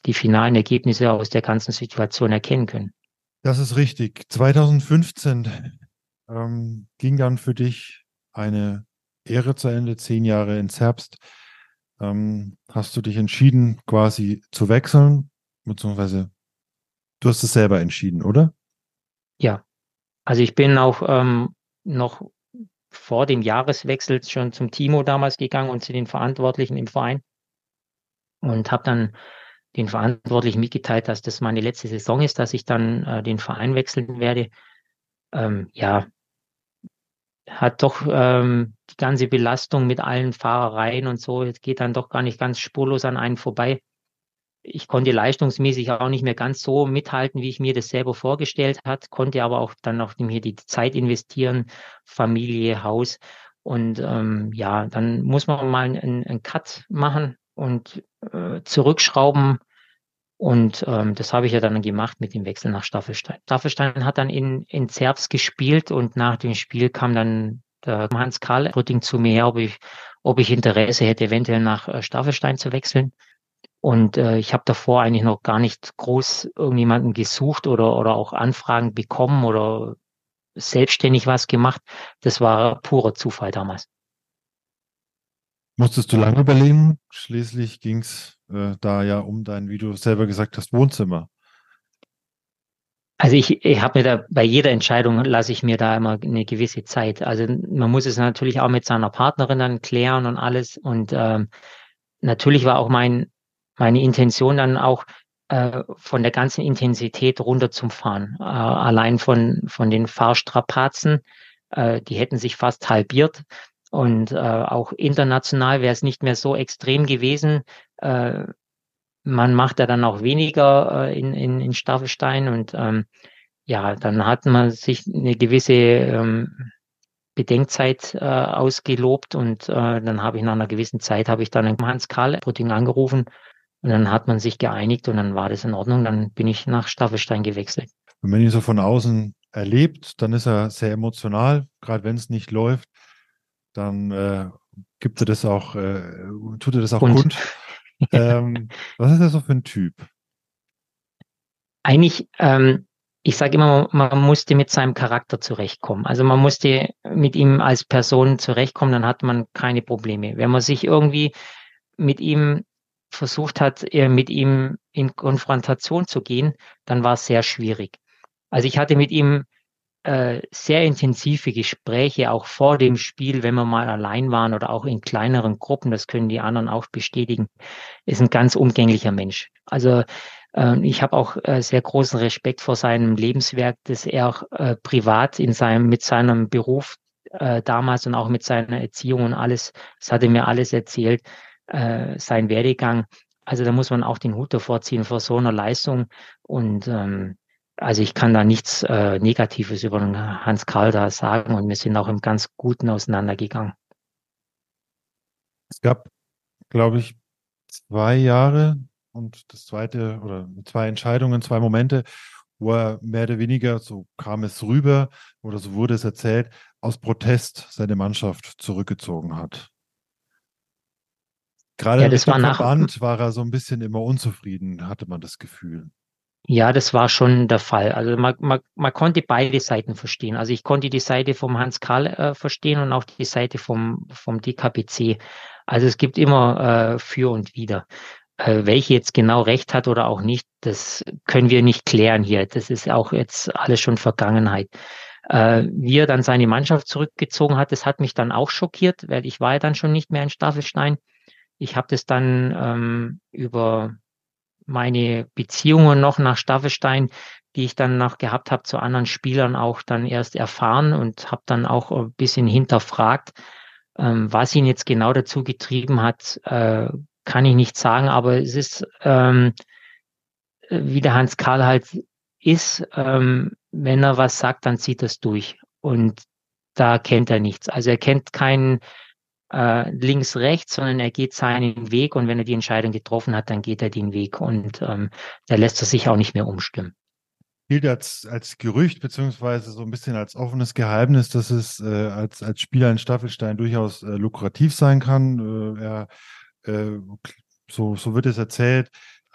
S2: die finalen Ergebnisse aus der ganzen Situation erkennen können.
S1: Das ist richtig. zwanzig fünfzehn ähm, ging dann für dich eine Ära zu Ende, zehn Jahre ins Herbst. Ähm, hast du dich entschieden, quasi zu wechseln, beziehungsweise du hast es selber entschieden, oder?
S2: Ja, also ich bin auch ähm, noch vor dem Jahreswechsel schon zum Timo damals gegangen und zu den Verantwortlichen im Verein und habe dann den Verantwortlichen mitgeteilt, dass das meine letzte Saison ist, dass ich dann äh, den Verein wechseln werde. Ähm, ja, hat doch ähm, die ganze Belastung mit allen Fahrereien und so, es geht dann doch gar nicht ganz spurlos an einen vorbei. Ich konnte leistungsmäßig auch nicht mehr ganz so mithalten, wie ich mir das selber vorgestellt hat, konnte aber auch dann noch mir die Zeit investieren, Familie, Haus. Und ähm, ja, dann muss man mal einen, einen Cut machen und äh, zurückschrauben. Und ähm, das habe ich ja dann gemacht mit dem Wechsel nach Staffelstein. Staffelstein hat dann in, in Zerbst gespielt und nach dem Spiel kam dann der Hans Karl Rütting zu mir her, ob ich, ob ich Interesse hätte, eventuell nach äh, Staffelstein zu wechseln. Und äh, ich habe davor eigentlich noch gar nicht groß irgendjemanden gesucht oder, oder auch Anfragen bekommen oder selbstständig was gemacht. Das war purer Zufall damals.
S1: Musstest du lange überlegen? Schließlich ging es äh, da ja um dein, wie du selber gesagt hast, Wohnzimmer.
S2: Also ich, ich habe mir da bei jeder Entscheidung lasse ich mir da immer eine gewisse Zeit. Also man muss es natürlich auch mit seiner Partnerin dann klären und alles. Und ähm, natürlich war auch mein meine Intention dann auch äh, von der ganzen Intensität runter zum Fahren. Äh, allein von von den Fahrstrapazen, äh, die hätten sich fast halbiert. Und äh, auch international wäre es nicht mehr so extrem gewesen. Äh, man macht ja dann auch weniger äh, in, in, in Staffelstein und ähm, ja, dann hat man sich eine gewisse ähm, Bedenkzeit äh, ausgelobt und äh, dann habe ich nach einer gewissen Zeit habe ich dann den Hans Karl Brütting angerufen und dann hat man sich geeinigt und dann war das in Ordnung. Dann bin ich nach Staffelstein gewechselt.
S1: Wenn man ihn so von außen erlebt, dann ist er sehr emotional, gerade wenn es nicht läuft, dann äh, gibt er das auch, äh, tut er das auch
S2: Und
S1: kund. ähm, was ist er so für ein Typ?
S2: eigentlich, ähm, ich sage immer, man musste mit seinem Charakter zurechtkommen. Also man musste mit ihm als Person zurechtkommen, dann hat man keine Probleme. Wenn man sich irgendwie mit ihm versucht hat, mit ihm in Konfrontation zu gehen, dann war es sehr schwierig. Also ich hatte mit ihm äh, sehr intensive Gespräche, auch vor dem Spiel, wenn wir mal allein waren oder auch in kleineren Gruppen, das können die anderen auch bestätigen, ist ein ganz umgänglicher Mensch. Also äh, ich habe auch äh, sehr großen Respekt vor seinem Lebenswerk, das er auch äh, privat in seinem, mit seinem Beruf äh, damals und auch mit seiner Erziehung und alles, das hat er mir alles erzählt, äh, sein Werdegang. Also da muss man auch den Hut davor ziehen vor so einer Leistung und ähm, also ich kann da nichts äh, Negatives über den Hans Karl da sagen und wir sind auch im ganz Guten auseinandergegangen.
S1: Es gab, glaube ich, zwei Jahre und das zweite oder zwei Entscheidungen, zwei Momente, wo er mehr oder weniger, so kam es rüber oder so wurde es erzählt, aus Protest seine Mannschaft zurückgezogen hat. Gerade
S2: Ja,
S1: mit
S2: das war
S1: dem
S2: nach,
S1: Verband war er so ein bisschen immer unzufrieden, hatte man das Gefühl.
S2: ja, das war schon der Fall. Also man, man, man konnte beide Seiten verstehen. Also ich konnte die Seite vom Hans Karl äh, verstehen und auch die Seite vom, vom D K P C. Also es gibt immer äh, für und wider. Äh, welche jetzt genau recht hat oder auch nicht, das können wir nicht klären hier. Das ist auch jetzt alles schon Vergangenheit. Äh, wie er dann seine Mannschaft zurückgezogen hat, das hat mich dann auch schockiert, weil ich war ja dann schon nicht mehr in Staffelstein. Ich habe das dann ähm, über meine Beziehungen noch nach Staffelstein, die ich dann noch gehabt habe zu anderen Spielern, auch dann erst erfahren und habe dann auch ein bisschen hinterfragt, ähm, was ihn jetzt genau dazu getrieben hat, äh, kann ich nicht sagen, aber es ist, ähm, wie der Hans Karl halt ist, ähm, wenn er was sagt, dann zieht er es durch und da kennt er nichts. Also er kennt keinen äh, links, rechts, sondern er geht seinen Weg und wenn er die Entscheidung getroffen hat, dann geht er den Weg und ähm, da lässt er sich auch nicht mehr umstimmen.
S1: Gilt als, als Gerücht beziehungsweise so ein bisschen als offenes Geheimnis, dass es äh, als, als Spieler in Staffelstein durchaus äh, lukrativ sein kann. Äh, er, äh, so, so wird es erzählt,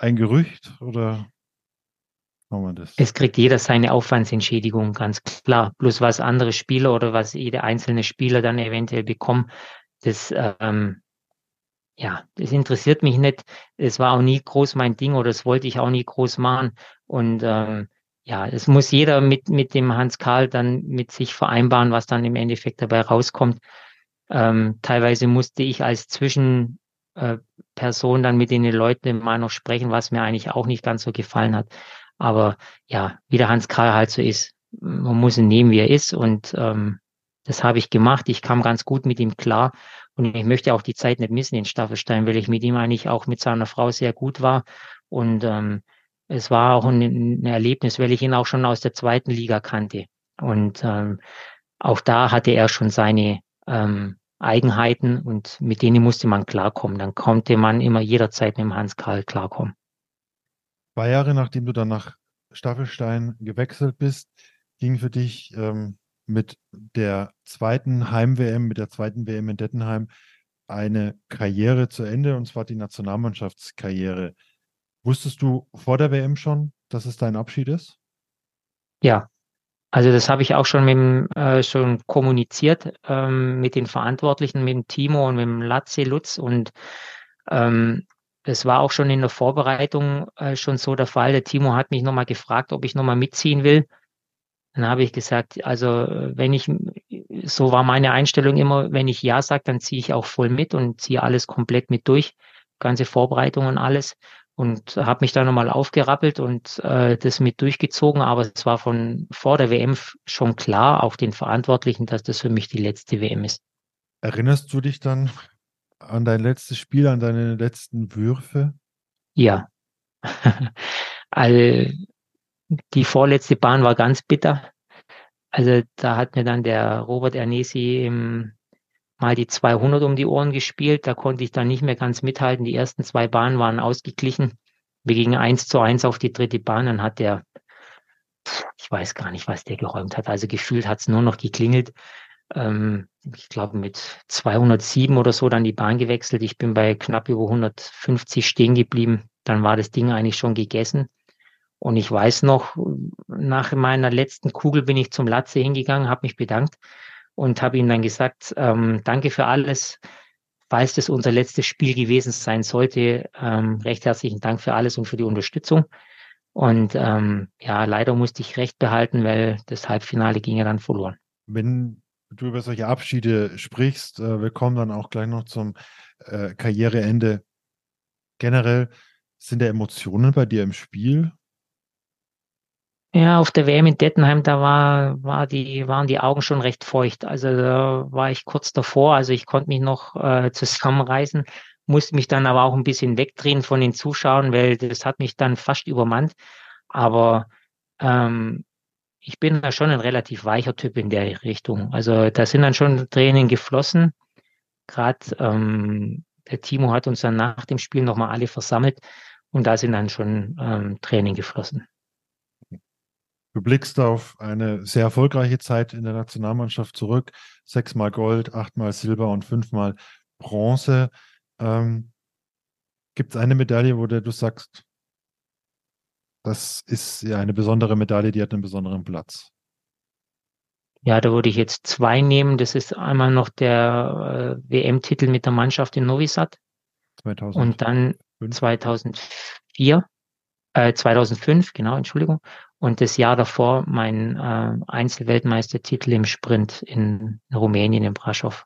S1: ein Gerücht oder kann man das?
S2: Es kriegt jeder seine Aufwandsentschädigung, ganz klar. Bloß was andere Spieler oder was jeder einzelne Spieler dann eventuell bekommt, das, ähm, ja, das interessiert mich nicht. Es war auch nie groß mein Ding oder das wollte ich auch nie groß machen. Und ähm, ja, es muss jeder mit, mit dem Hans Karl dann mit sich vereinbaren, was dann im Endeffekt dabei rauskommt. Ähm, teilweise musste ich als Zwischenperson äh, Person dann mit den Leuten mal noch sprechen, was mir eigentlich auch nicht ganz so gefallen hat. Aber ja, wie der Hans Karl halt so ist, man muss ihn nehmen, wie er ist. Und ähm, das habe ich gemacht. Ich kam ganz gut mit ihm klar. Und ich möchte auch die Zeit nicht missen in Staffelstein, weil ich mit ihm eigentlich auch mit seiner Frau sehr gut war. Und ähm, es war auch ein, ein Erlebnis, weil ich ihn auch schon aus der zweiten Liga kannte. Und ähm, auch da hatte er schon seine ähm, Eigenheiten und mit denen musste man klarkommen. Dann konnte man immer jederzeit mit dem Hans Karl klarkommen.
S1: Zwei Jahre nachdem du dann nach Staffelstein gewechselt bist, ging für dich ähm, mit der zweiten Heim-W M, mit der zweiten W M in Dettenheim eine Karriere zu Ende, und zwar die Nationalmannschaftskarriere. Wusstest du vor der W M schon, dass es dein Abschied ist?
S2: Ja, also das habe ich auch schon mit dem, äh, schon kommuniziert ähm, mit den Verantwortlichen, mit dem Timo und mit dem Latze Lutz und ähm, das war auch schon in der Vorbereitung äh, schon so der Fall. Der Timo hat mich nochmal gefragt, ob ich nochmal mitziehen will. Dann habe ich gesagt, also äh, wenn ich, so war meine Einstellung immer, wenn ich ja sage, dann ziehe ich auch voll mit und ziehe alles komplett mit durch, ganze Vorbereitung und alles. Und habe mich da nochmal aufgerappelt und äh, das mit durchgezogen. Aber es war von vor der W M f- schon klar, auch den Verantwortlichen, dass das für mich die letzte W M ist.
S1: Erinnerst du dich dann an dein letztes Spiel, an deine letzten Würfe?
S2: Ja, also die vorletzte Bahn war ganz bitter. Also da hat mir dann der Robert Ernesi im mal die zweihundert um die Ohren gespielt. Da konnte ich dann nicht mehr ganz mithalten. Die ersten zwei Bahnen waren ausgeglichen. Wir gingen eins zu eins auf die dritte Bahn. Dann hat der, ich weiß gar nicht, was der geräumt hat. Also gefühlt hat es nur noch geklingelt. Ähm, ich glaube mit zweihundertsieben oder so dann die Bahn gewechselt. Ich bin bei knapp über hundertfünfzig stehen geblieben. Dann war das Ding eigentlich schon gegessen. Und ich weiß noch, nach meiner letzten Kugel bin ich zum Latze hingegangen, habe mich bedankt und habe ihm dann gesagt, ähm, danke für alles. Falls das unser letztes Spiel gewesen sein sollte, ähm, recht herzlichen Dank für alles und für die Unterstützung. Und ähm, ja, leider musste ich recht behalten, weil das Halbfinale ging ja dann verloren.
S1: Wenn du über solche Abschiede sprichst, äh, wir kommen dann auch gleich noch zum äh, Karriereende. Generell, sind da Emotionen bei dir im Spiel?
S2: Ja, auf der W M in Dettenheim, da war, war die, waren die Augen schon recht feucht. Also da war ich kurz davor. Also ich konnte mich noch äh, zusammenreißen, musste mich dann aber auch ein bisschen wegdrehen von den Zuschauern, weil das hat mich dann fast übermannt. Aber ähm, ich bin da schon ein relativ weicher Typ in der Richtung. Also da sind dann schon Tränen geflossen. Gerade ähm, der Timo hat uns dann nach dem Spiel nochmal alle versammelt und da sind dann schon ähm, Tränen geflossen.
S1: Du blickst auf eine sehr erfolgreiche Zeit in der Nationalmannschaft zurück. Sechsmal Gold, achtmal Silber und fünfmal Bronze. Ähm, Gibt es eine Medaille, wo du sagst, das ist ja eine besondere Medaille, die hat einen besonderen Platz?
S2: Ja, da würde ich jetzt zwei nehmen. Das ist einmal noch der äh, W M-Titel mit der Mannschaft in Novi Sad
S1: zweitausendfünf?
S2: und dann zweitausendvier, äh, zweitausendfünf, genau, Entschuldigung. Und das Jahr davor mein äh, Einzelweltmeistertitel im Sprint in Rumänien, in Brașov.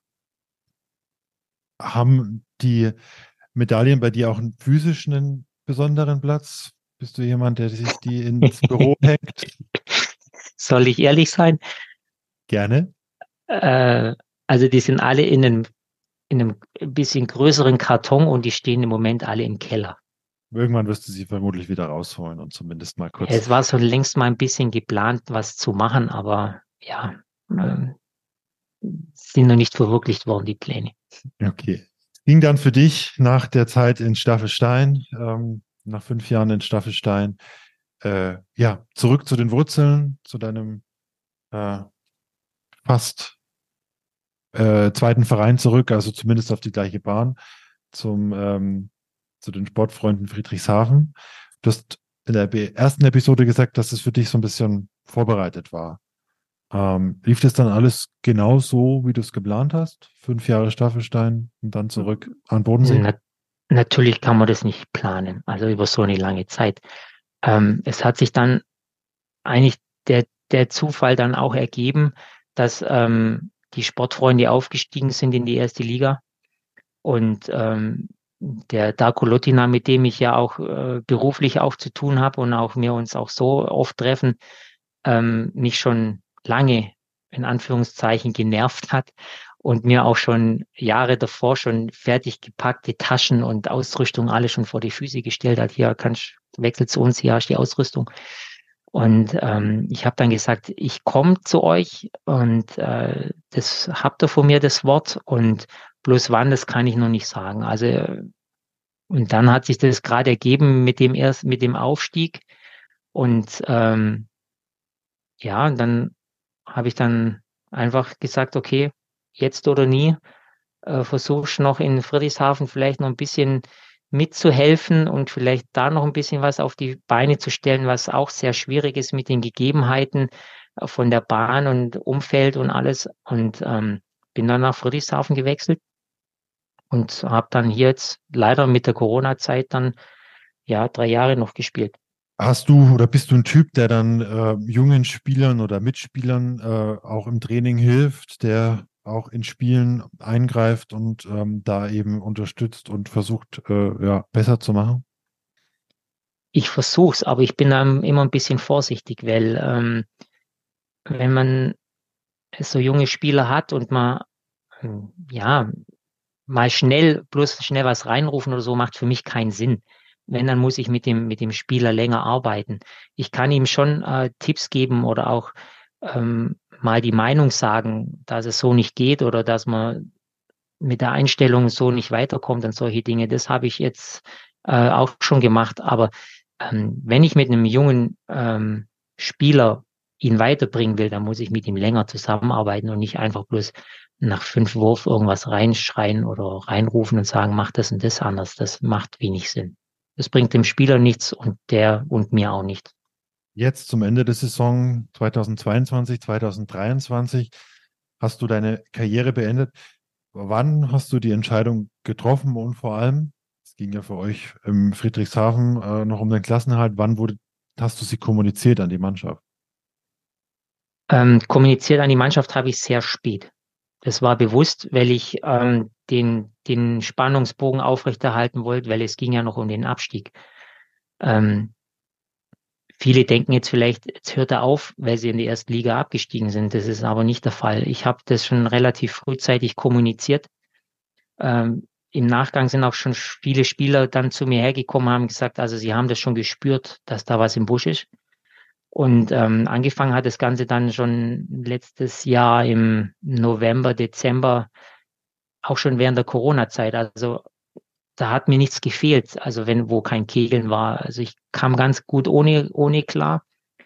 S1: Haben die Medaillen bei dir auch einen physischen einen besonderen Platz? Bist du jemand, der sich die ins Büro hängt?
S2: Soll ich ehrlich sein?
S1: Gerne.
S2: Äh, also die sind alle in einem, in einem bisschen größeren Karton und die stehen im Moment alle im Keller.
S1: Irgendwann wirst du sie vermutlich wieder rausholen und zumindest mal kurz.
S2: Es war so längst mal ein bisschen geplant, was zu machen, aber ja, ähm, sind noch nicht verwirklicht worden, die Pläne.
S1: Okay. Ging dann für dich nach der Zeit in Staffelstein, ähm, nach fünf Jahren in Staffelstein, äh, ja, zurück zu den Wurzeln, zu deinem äh, fast äh, zweiten Verein zurück, also zumindest auf die gleiche Bahn, zum, ähm, zu den Sportfreunden Friedrichshafen. Du hast in der ersten Episode gesagt, dass es für dich so ein bisschen vorbereitet war. Ähm, lief das dann alles genau so, wie du es geplant hast? Fünf Jahre Staffelstein und dann zurück an Bodensee?
S2: Na, natürlich kann man das nicht planen, also über so eine lange Zeit. Ähm, es hat sich dann eigentlich der, der Zufall dann auch ergeben, dass ähm, die Sportfreunde aufgestiegen sind in die erste Liga und ähm, der Darko Lotina, mit dem ich ja auch äh, beruflich auch zu tun habe und auch wir uns auch so oft treffen, ähm, mich schon lange in Anführungszeichen genervt hat und mir auch schon Jahre davor schon fertig gepackte Taschen und Ausrüstung alle schon vor die Füße gestellt hat. Hier kannst wechsel zu uns, hier hast du die Ausrüstung. Und ähm, ich habe dann gesagt, ich komme zu euch und äh, das habt ihr von mir das Wort und bloß wann, das kann ich noch nicht sagen. Also und dann hat sich das gerade ergeben mit dem erst mit dem Aufstieg und ähm, ja, und dann habe ich dann einfach gesagt, okay, jetzt oder nie, äh, versuchst noch in Friedrichshafen vielleicht noch ein bisschen mitzuhelfen und vielleicht da noch ein bisschen was auf die Beine zu stellen, was auch sehr schwierig ist mit den Gegebenheiten äh, von der Bahn und Umfeld und alles. Und ähm, bin dann nach Friedrichshafen gewechselt und habe dann hier jetzt leider mit der Corona-Zeit dann ja drei Jahre noch gespielt.
S1: Hast du oder bist du ein Typ, der dann äh, jungen Spielern oder Mitspielern äh, auch im Training hilft, der auch in Spielen eingreift und ähm, da eben unterstützt und versucht, äh, ja, besser zu machen?
S2: Ich versuch's, aber ich bin dann immer ein bisschen vorsichtig, weil ähm, wenn man so junge Spieler hat und man ähm, ja mal schnell, bloß schnell was reinrufen oder so, macht für mich keinen Sinn. Wenn, dann muss ich mit dem, mit dem Spieler länger arbeiten. Ich kann ihm schon äh, Tipps geben oder auch ähm, mal die Meinung sagen, dass es so nicht geht oder dass man mit der Einstellung so nicht weiterkommt und solche Dinge. Das habe ich jetzt äh, auch schon gemacht. Aber ähm, wenn ich mit einem jungen ähm, Spieler ihn weiterbringen will, dann muss ich mit ihm länger zusammenarbeiten und nicht einfach bloß nach fünf Wurf irgendwas reinschreien oder reinrufen und sagen, mach das und das anders. Das macht wenig Sinn. Das bringt dem Spieler nichts und der und mir auch nicht.
S1: Jetzt zum Ende der Saison zweitausendzweiundzwanzig, zweitausenddreiundzwanzig hast du deine Karriere beendet. Wann hast du die Entscheidung getroffen und vor allem, es ging ja für euch im Friedrichshafen äh, noch um den Klassenerhalt, wann wurde, hast du sie kommuniziert an die Mannschaft?
S2: Ähm, kommuniziert an die Mannschaft habe ich sehr spät. Das war bewusst, weil ich ähm, den, den Spannungsbogen aufrechterhalten wollte, weil es ging ja noch um den Abstieg. Ähm, viele denken jetzt vielleicht, jetzt hört er auf, weil sie in die erste Liga abgestiegen sind. Das ist aber nicht der Fall. Ich habe das schon relativ frühzeitig kommuniziert. Ähm, Im Nachgang sind auch schon viele Spieler dann zu mir hergekommen, haben gesagt, also sie haben das schon gespürt, dass da was im Busch ist. Und ähm, angefangen hat das Ganze dann schon letztes Jahr im November, Dezember, auch schon während der Corona-Zeit. Also da hat mir nichts gefehlt, also wenn, wo kein Kegeln war. Also ich kam ganz gut ohne, ohne klar.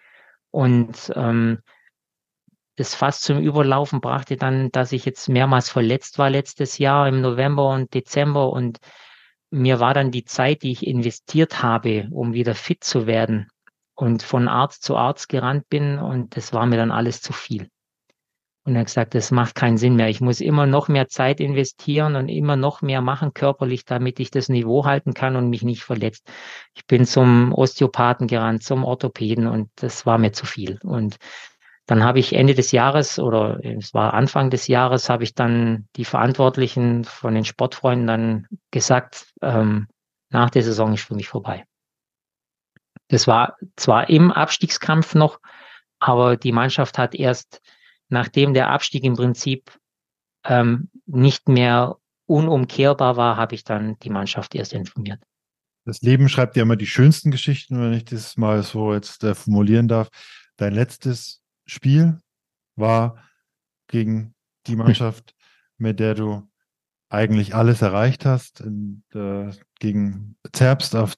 S2: Und ähm, das fast zum Überlaufen brachte dann, dass ich jetzt mehrmals verletzt war letztes Jahr im November und Dezember. Und mir war dann die Zeit, die ich investiert habe, um wieder fit zu werden und von Arzt zu Arzt gerannt bin. Und das war mir dann alles zu viel. Und er hat gesagt, das macht keinen Sinn mehr. Ich muss immer noch mehr Zeit investieren und immer noch mehr machen körperlich, damit ich das Niveau halten kann und mich nicht verletzt. Ich bin zum Osteopathen gerannt, zum Orthopäden und das war mir zu viel. Und dann habe ich Ende des Jahres oder es war Anfang des Jahres, habe ich dann die Verantwortlichen von den Sportfreunden dann gesagt, ähm, nach der Saison ist für mich vorbei. Das war zwar im Abstiegskampf noch, aber die Mannschaft hat erst, nachdem der Abstieg im Prinzip ähm, nicht mehr unumkehrbar war, habe ich dann die Mannschaft erst informiert.
S1: Das Leben schreibt ja immer die schönsten Geschichten, wenn ich das mal so jetzt äh, formulieren darf. Dein letztes Spiel war gegen die Mannschaft, mit der du eigentlich alles erreicht hast, und, äh, gegen Zerbst auf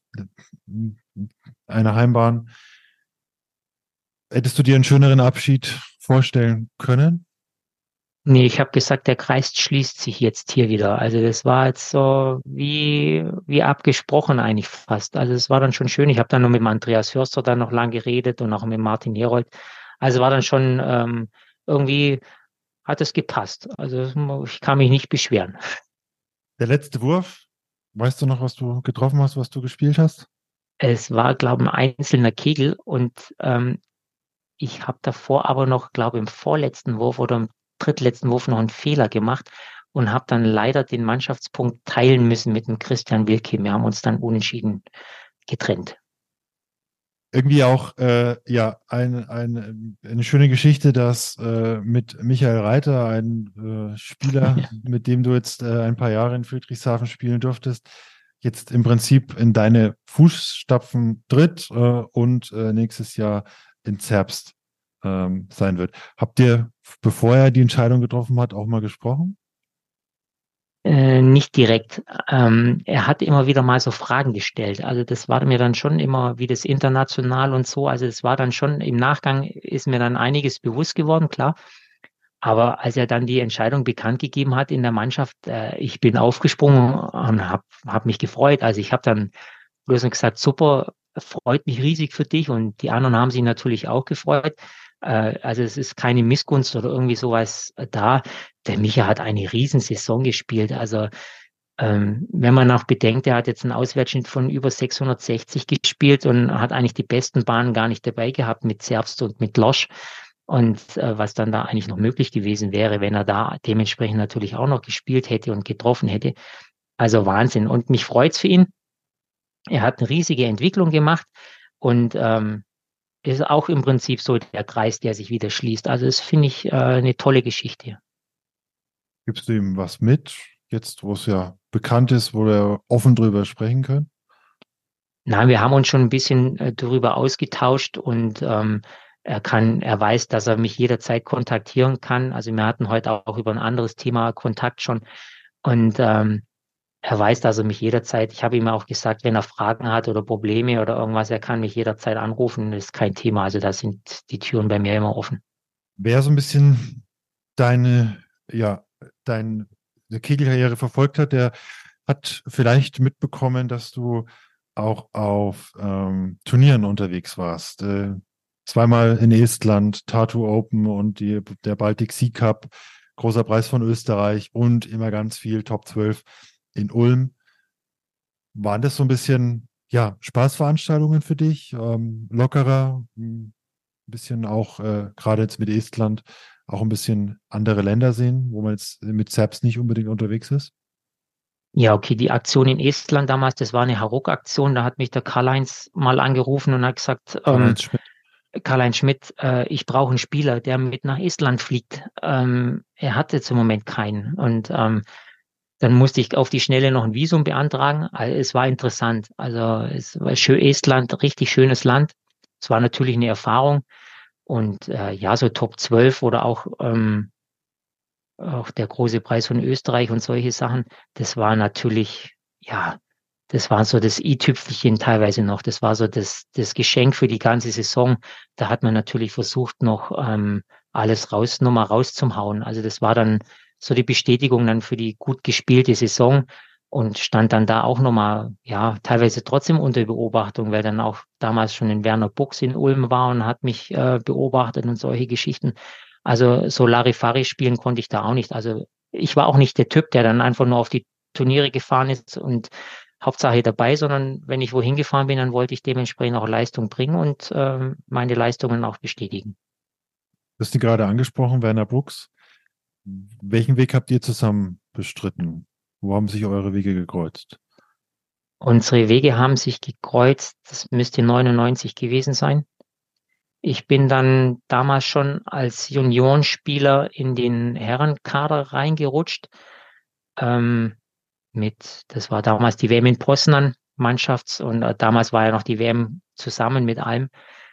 S1: einer Heimbahn. Hättest du dir einen schöneren Abschied vorstellen können?
S2: Nee, ich habe gesagt, der Kreis schließt sich jetzt hier wieder. Also das war jetzt so wie, wie abgesprochen eigentlich fast. Also es war dann schon schön. Ich habe dann noch mit dem Andreas Hörster dann noch lang geredet und auch mit Martin Herold. Also war dann schon ähm, irgendwie hat es gepasst. Also ich kann mich nicht beschweren.
S1: Der letzte Wurf, weißt du noch, was du getroffen hast, was du gespielt hast?
S2: Es war, glaube ich, ein einzelner Kegel und ähm, ich habe davor aber noch, glaube ich, im vorletzten Wurf oder im drittletzten Wurf noch einen Fehler gemacht und habe dann leider den Mannschaftspunkt teilen müssen mit dem Christian Wilke. Wir haben uns dann unentschieden getrennt.
S1: Irgendwie auch äh, ja ein, ein, eine schöne Geschichte, dass äh, mit Michael Reiter, ein äh, Spieler, mit dem du jetzt äh, ein paar Jahre in Friedrichshafen spielen durftest, jetzt im Prinzip in deine Fußstapfen tritt äh, und äh, nächstes Jahr in Zerbst ähm, sein wird. Habt ihr, bevor er die Entscheidung getroffen hat, auch mal gesprochen?
S2: Äh, nicht direkt. Ähm, er hat immer wieder mal so Fragen gestellt. Also das war mir dann schon immer, wie das international und so. Also es war dann schon im Nachgang ist mir dann einiges bewusst geworden, klar. Aber als er dann die Entscheidung bekannt gegeben hat in der Mannschaft, äh, ich bin aufgesprungen und habe hab mich gefreut. Also ich habe dann bloß gesagt, super, freut mich riesig für dich. Und die anderen haben sich natürlich auch gefreut. Äh, also es ist keine Missgunst oder irgendwie sowas da. Der Micha hat eine Riesensaison gespielt. Also ähm, wenn man auch bedenkt, er hat jetzt einen Auswärtsschnitt von über sechshundertsechzig gespielt und hat eigentlich die besten Bahnen gar nicht dabei gehabt mit Zerbst und mit Losch. Und äh, was dann da eigentlich noch möglich gewesen wäre, wenn er da dementsprechend natürlich auch noch gespielt hätte und getroffen hätte. Also Wahnsinn. Und mich freut's für ihn. Er hat eine riesige Entwicklung gemacht und ähm, ist auch im Prinzip so der Kreis, der sich wieder schließt. Also das finde ich äh, eine tolle Geschichte.
S1: Gibst du ihm was mit, jetzt wo es ja bekannt ist, wo wir offen drüber sprechen können?
S2: Nein, wir haben uns schon ein bisschen äh, darüber ausgetauscht und ähm, er kann, er weiß, dass er mich jederzeit kontaktieren kann. Also wir hatten heute auch über ein anderes Thema Kontakt schon und ähm, er weiß, dass er mich jederzeit, ich habe ihm auch gesagt, wenn er Fragen hat oder Probleme oder irgendwas, er kann mich jederzeit anrufen, das ist kein Thema. Also da sind die Türen bei mir immer offen.
S1: Wer so ein bisschen deine, ja, deine Kegelkarriere verfolgt hat, der hat vielleicht mitbekommen, dass du auch auf ähm, Turnieren unterwegs warst. Äh, zweimal in Estland, Tartu Open und die, der Baltic Sea Cup, großer Preis von Österreich und immer ganz viel Top zwölf in Ulm. Waren das so ein bisschen, ja, Spaßveranstaltungen für dich? Ähm, lockerer, ein bisschen auch, äh, gerade jetzt mit Estland, auch ein bisschen andere Länder sehen, wo man jetzt mit Serbs nicht unbedingt unterwegs ist?
S2: Ja, okay, die Aktion in Estland damals, das war eine Hauruck-Aktion, da hat mich der Karl-Heinz mal angerufen und hat gesagt, ähm,
S1: Karl-Heinz Schmidt.
S2: Karl-Heinz Schmidt, äh, ich brauche einen Spieler, der mit nach Estland fliegt. Ähm, er hatte zum Moment keinen. Und ähm, dann musste ich auf die Schnelle noch ein Visum beantragen. Also es war interessant. Also es war schön, Estland, richtig schönes Land. Es war natürlich eine Erfahrung. Und äh, ja, so Top zwölf oder auch, ähm, auch der große Preis von Österreich und solche Sachen, das war natürlich, ja, das war so das i-Tüpfelchen teilweise noch. Das war so das, das Geschenk für die ganze Saison. Da hat man natürlich versucht, noch ähm, alles raus, nochmal rauszuhauen. Also das war dann so die Bestätigung dann für die gut gespielte Saison und stand dann da auch nochmal, ja, teilweise trotzdem unter Beobachtung, weil dann auch damals schon in Werner Buchs in Ulm war und hat mich äh, beobachtet und solche Geschichten. Also so Larifari spielen konnte ich da auch nicht. Also ich war auch nicht der Typ, der dann einfach nur auf die Turniere gefahren ist und Hauptsache dabei, sondern wenn ich wohin gefahren bin, dann wollte ich dementsprechend auch Leistung bringen und ähm, meine Leistungen auch bestätigen.
S1: Du hast ihn gerade angesprochen, Werner Buchs. Welchen Weg habt ihr zusammen bestritten? Wo haben sich eure Wege gekreuzt?
S2: Unsere Wege haben sich gekreuzt, das müsste neunundneunzig gewesen sein. Ich bin dann damals schon als Juniorenspieler in den Herrenkader reingerutscht. Ähm, mit, das war damals die W M in Poznan, Mannschafts- und äh, damals war ja noch die W M zusammen mit allem.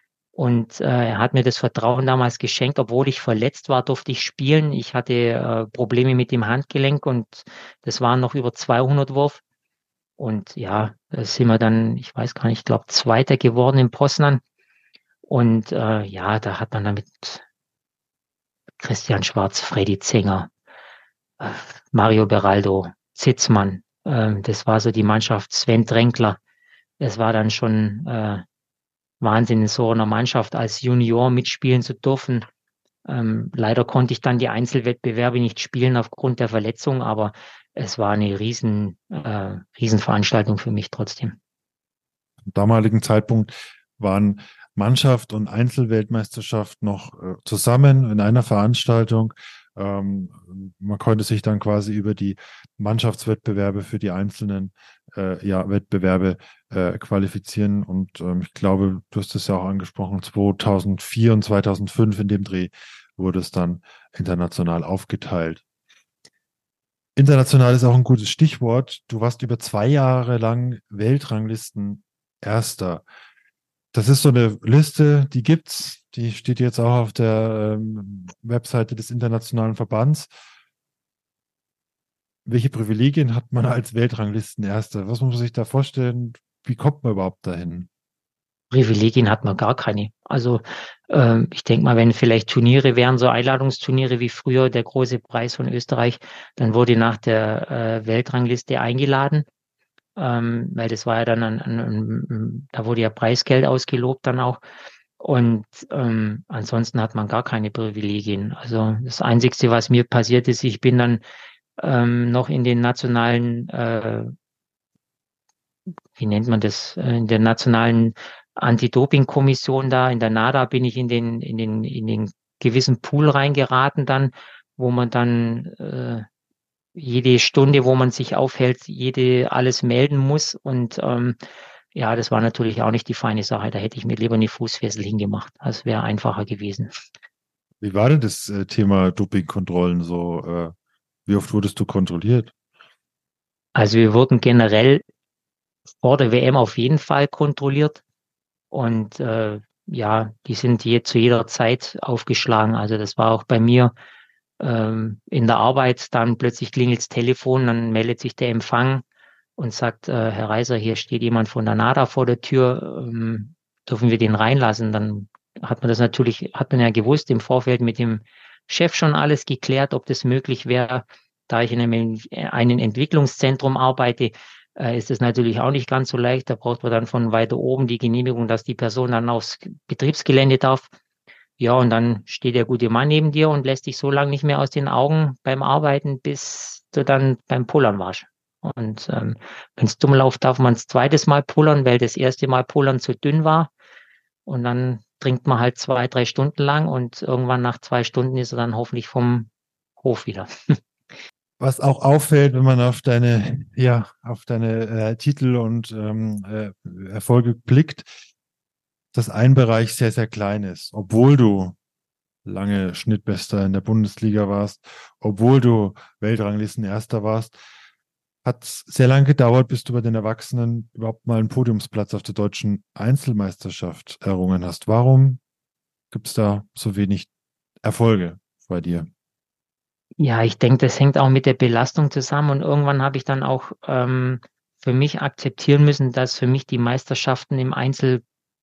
S2: Und äh, er hat mir das Vertrauen damals geschenkt, obwohl ich verletzt war, durfte ich spielen. Ich hatte äh, Probleme mit dem Handgelenk und das waren noch über zweihundert Wurf. Und ja, da sind wir dann, ich weiß gar nicht, ich glaube, Zweiter geworden in Poznan. Und äh, ja, da hat man damit Christian Schwarz, Freddy Zenger, äh, Mario Beraldo, Zitzmann. Äh, das war so die Mannschaft. Sven Tränkler. Es war dann schon äh, Wahnsinn, in so einer Mannschaft als Junior mitspielen zu dürfen. Ähm, leider konnte ich dann die Einzelwettbewerbe nicht spielen aufgrund der Verletzung, aber es war eine riesen, äh, Riesenveranstaltung für mich trotzdem.
S1: Zum damaligen Zeitpunkt waren Mannschaft und Einzelweltmeisterschaft noch äh, zusammen in einer Veranstaltung. Ähm, man konnte sich dann quasi über die Mannschaftswettbewerbe für die einzelnen äh, ja, Wettbewerbe äh, qualifizieren. Und ähm, ich glaube, du hast es ja auch angesprochen, zweitausendvier und zweitausendfünf in dem Dreh wurde es dann international aufgeteilt. International ist auch ein gutes Stichwort. Du warst über zwei Jahre lang Weltranglisten Erster. Das ist so eine Liste, die gibt's. Die steht jetzt auch auf der ähm, Webseite des Internationalen Verbands. Welche Privilegien hat man als Weltranglisten-Erster? Was muss man sich da vorstellen? Wie kommt man überhaupt dahin?
S2: Privilegien hat man gar keine. Also ähm, ich denke mal, wenn vielleicht Turniere wären, so Einladungsturniere wie früher der große Preis von Österreich, dann wurde nach der äh, Weltrangliste eingeladen, ähm, weil das war ja dann ein, ein, ein, da wurde ja Preisgeld ausgelobt dann auch. Und ähm, ansonsten hat man gar keine Privilegien. Also das Einzige, was mir passiert ist, ich bin dann ähm, noch in den nationalen, äh, wie nennt man das, äh, in der nationalen Anti-Doping-Kommission da, in der NADA bin ich in den, in den, in den gewissen Pool reingeraten dann, wo man dann äh, jede Stunde, wo man sich aufhält, jede alles melden muss. Und ähm, ja, das war natürlich auch nicht die feine Sache. Da hätte ich mir lieber eine Fußfessel hingemacht. Das wäre einfacher gewesen.
S1: Wie war denn das äh, Thema Dopingkontrollen so? Äh, wie oft wurdest du kontrolliert?
S2: Also wir wurden generell vor der W M auf jeden Fall kontrolliert. Und äh, ja, die sind je, zu jeder Zeit aufgeschlagen. Also das war auch bei mir ähm, in der Arbeit. Dann plötzlich klingelt das Telefon, dann meldet sich der Empfang und sagt, äh, Herr Reiser, hier steht jemand von der NADA vor der Tür, ähm, dürfen wir den reinlassen? Dann hat man das natürlich, hat man ja gewusst, im Vorfeld mit dem Chef schon alles geklärt, ob das möglich wäre. Da ich in einem, einem Entwicklungszentrum arbeite, äh, ist es natürlich auch nicht ganz so leicht. Da braucht man dann von weiter oben die Genehmigung, dass die Person dann aufs Betriebsgelände darf. Ja, und dann steht der gute Mann neben dir und lässt dich so lange nicht mehr aus den Augen beim Arbeiten, bis du dann beim Pullern warst. Und ähm, wenn es dumm läuft, darf man das zweites Mal pullern, weil das erste Mal pullern zu dünn war. Und dann trinkt man halt zwei, drei Stunden lang und irgendwann nach zwei Stunden ist er dann hoffentlich vom Hof wieder.
S1: Was auch auffällt, wenn man auf deine, ja, auf deine äh, Titel und ähm, äh, Erfolge blickt, dass ein Bereich sehr, sehr klein ist, obwohl du lange Schnittbester in der Bundesliga warst, obwohl du Weltranglisten-Erster warst, hat es sehr lange gedauert, bis du bei den Erwachsenen überhaupt mal einen Podiumsplatz auf der deutschen Einzelmeisterschaft errungen hast. Warum gibt es da so wenig Erfolge bei dir?
S2: Ja, ich denke, das hängt auch mit der Belastung zusammen und irgendwann habe ich dann auch ähm, für mich akzeptieren müssen, dass für mich die Meisterschaften im Einzel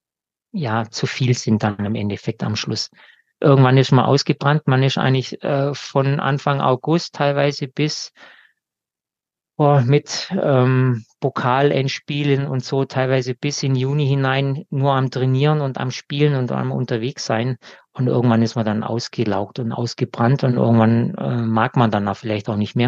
S2: ja zu viel sind dann im Endeffekt am Schluss. Irgendwann ist man ausgebrannt, man ist eigentlich äh, von Anfang August teilweise bis oh, mit ähm, Pokalendspielen und so teilweise bis in Juni hinein nur am Trainieren und am Spielen und am unterwegs sein. Und irgendwann ist man dann ausgelaugt und ausgebrannt und irgendwann äh, mag man dann auch vielleicht auch nicht mehr.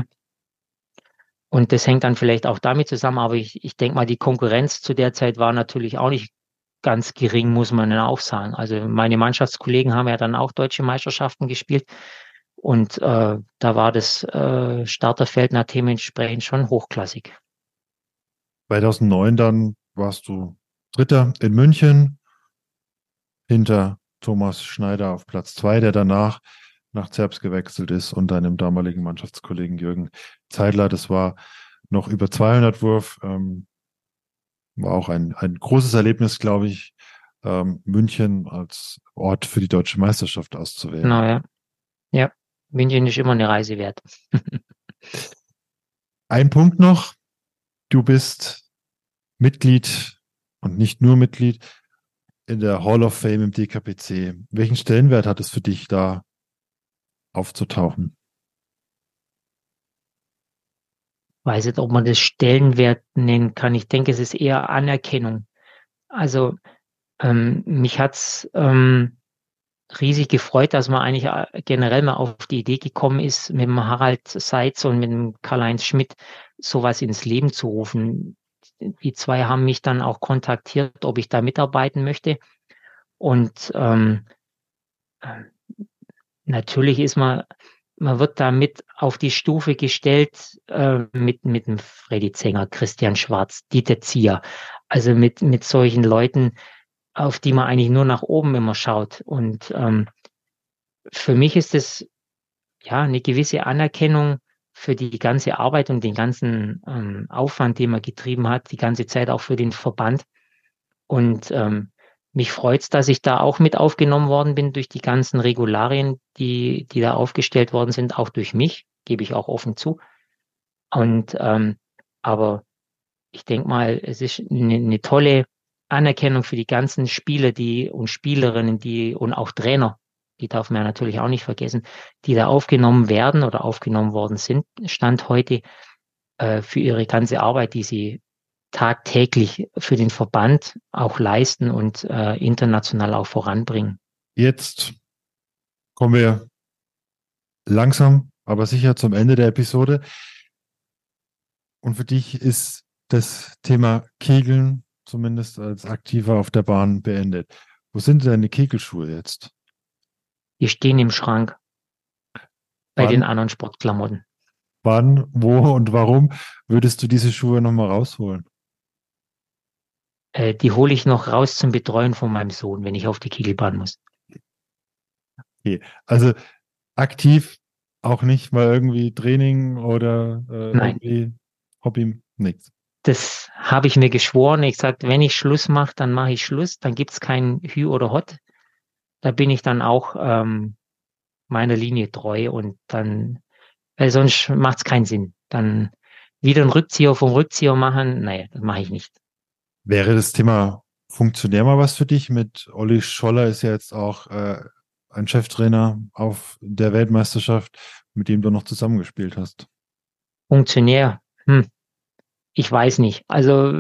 S2: Und das hängt dann vielleicht auch damit zusammen, aber ich, ich denke mal, die Konkurrenz zu der Zeit war natürlich auch nicht ganz gering, muss man dann auch sagen. Also meine Mannschaftskollegen haben ja dann auch deutsche Meisterschaften gespielt. Und äh, da war das äh, Starterfeld nach dementsprechend schon hochklassig.
S1: zweitausendneun dann warst du Dritter in München hinter Thomas Schneider auf Platz zwei, der danach nach Zerbst gewechselt ist und deinem damaligen Mannschaftskollegen Jürgen Zeidler. Das war noch über zweihundert Wurf. Ähm, war auch ein, ein großes Erlebnis, glaube ich, ähm, München als Ort für die deutsche Meisterschaft auszuwählen.
S2: Genau, ja. Ja, München ist immer eine Reise wert.
S1: Ein Punkt noch. Du bist Mitglied und nicht nur Mitglied in der Hall of Fame im D K P C. Welchen Stellenwert hat es für dich da, aufzutauchen?
S2: Ich weiß nicht, ob man das Stellenwert nennen kann. Ich denke, es ist eher Anerkennung. Also ähm, mich hat's ähm, riesig gefreut, dass man eigentlich generell mal auf die Idee gekommen ist, mit dem Harald Seitz und mit dem Karl-Heinz Schmidt sowas ins Leben zu rufen. Die zwei haben mich dann auch kontaktiert, ob ich da mitarbeiten möchte. Und ähm, natürlich ist man, man wird damit auf die Stufe gestellt äh, mit mit dem Freddy Zenger, Christian Schwarz, Dieter Zier. Also mit mit solchen Leuten, auf die man eigentlich nur nach oben immer schaut. Und ähm, für mich ist es ja eine gewisse Anerkennung für die ganze Arbeit und den ganzen ähm, Aufwand, den man getrieben hat, die ganze Zeit auch für den Verband. Und ähm, mich freut's, dass ich da auch mit aufgenommen worden bin durch die ganzen Regularien, die die da aufgestellt worden sind, auch durch mich, gebe ich auch offen zu. Und ähm, aber ich denke mal, es ist eine, eine tolle Anerkennung für die ganzen Spieler, die und Spielerinnen, die und auch Trainer, die darf man ja natürlich auch nicht vergessen, die da aufgenommen werden oder aufgenommen worden sind, Stand heute, äh, für ihre ganze Arbeit, die sie tagtäglich für den Verband auch leisten und äh, international auch voranbringen.
S1: Jetzt kommen wir langsam, aber sicher zum Ende der Episode. Und für dich ist das Thema Kegeln, zumindest als Aktiver auf der Bahn, beendet. Wo sind deine Kegelschuhe jetzt?
S2: Die stehen im Schrank bei
S1: Wann?
S2: den anderen Sportklamotten.
S1: Wann, wo und warum würdest du diese Schuhe nochmal rausholen?
S2: Äh, die hole ich noch raus zum Betreuen von meinem Sohn, wenn ich auf die Kegelbahn muss.
S1: Okay, also aktiv auch nicht mal irgendwie Training oder äh,
S2: Nein.
S1: irgendwie Hobby, nichts.
S2: Das habe ich mir geschworen. Ich sagte, wenn ich Schluss mache, dann mache ich Schluss. Dann gibt's kein Hü oder Hot. Da bin ich dann auch ähm, meiner Linie treu und dann, weil sonst macht's keinen Sinn. Dann wieder einen Rückzieher vom Rückzieher machen, naja, das mache ich nicht.
S1: Wäre das Thema Funktionär mal was für dich? Mit Olli Scholler ist ja jetzt auch äh, ein Cheftrainer auf der Weltmeisterschaft, mit dem du noch zusammengespielt hast.
S2: Funktionär, hm, ich weiß nicht. Also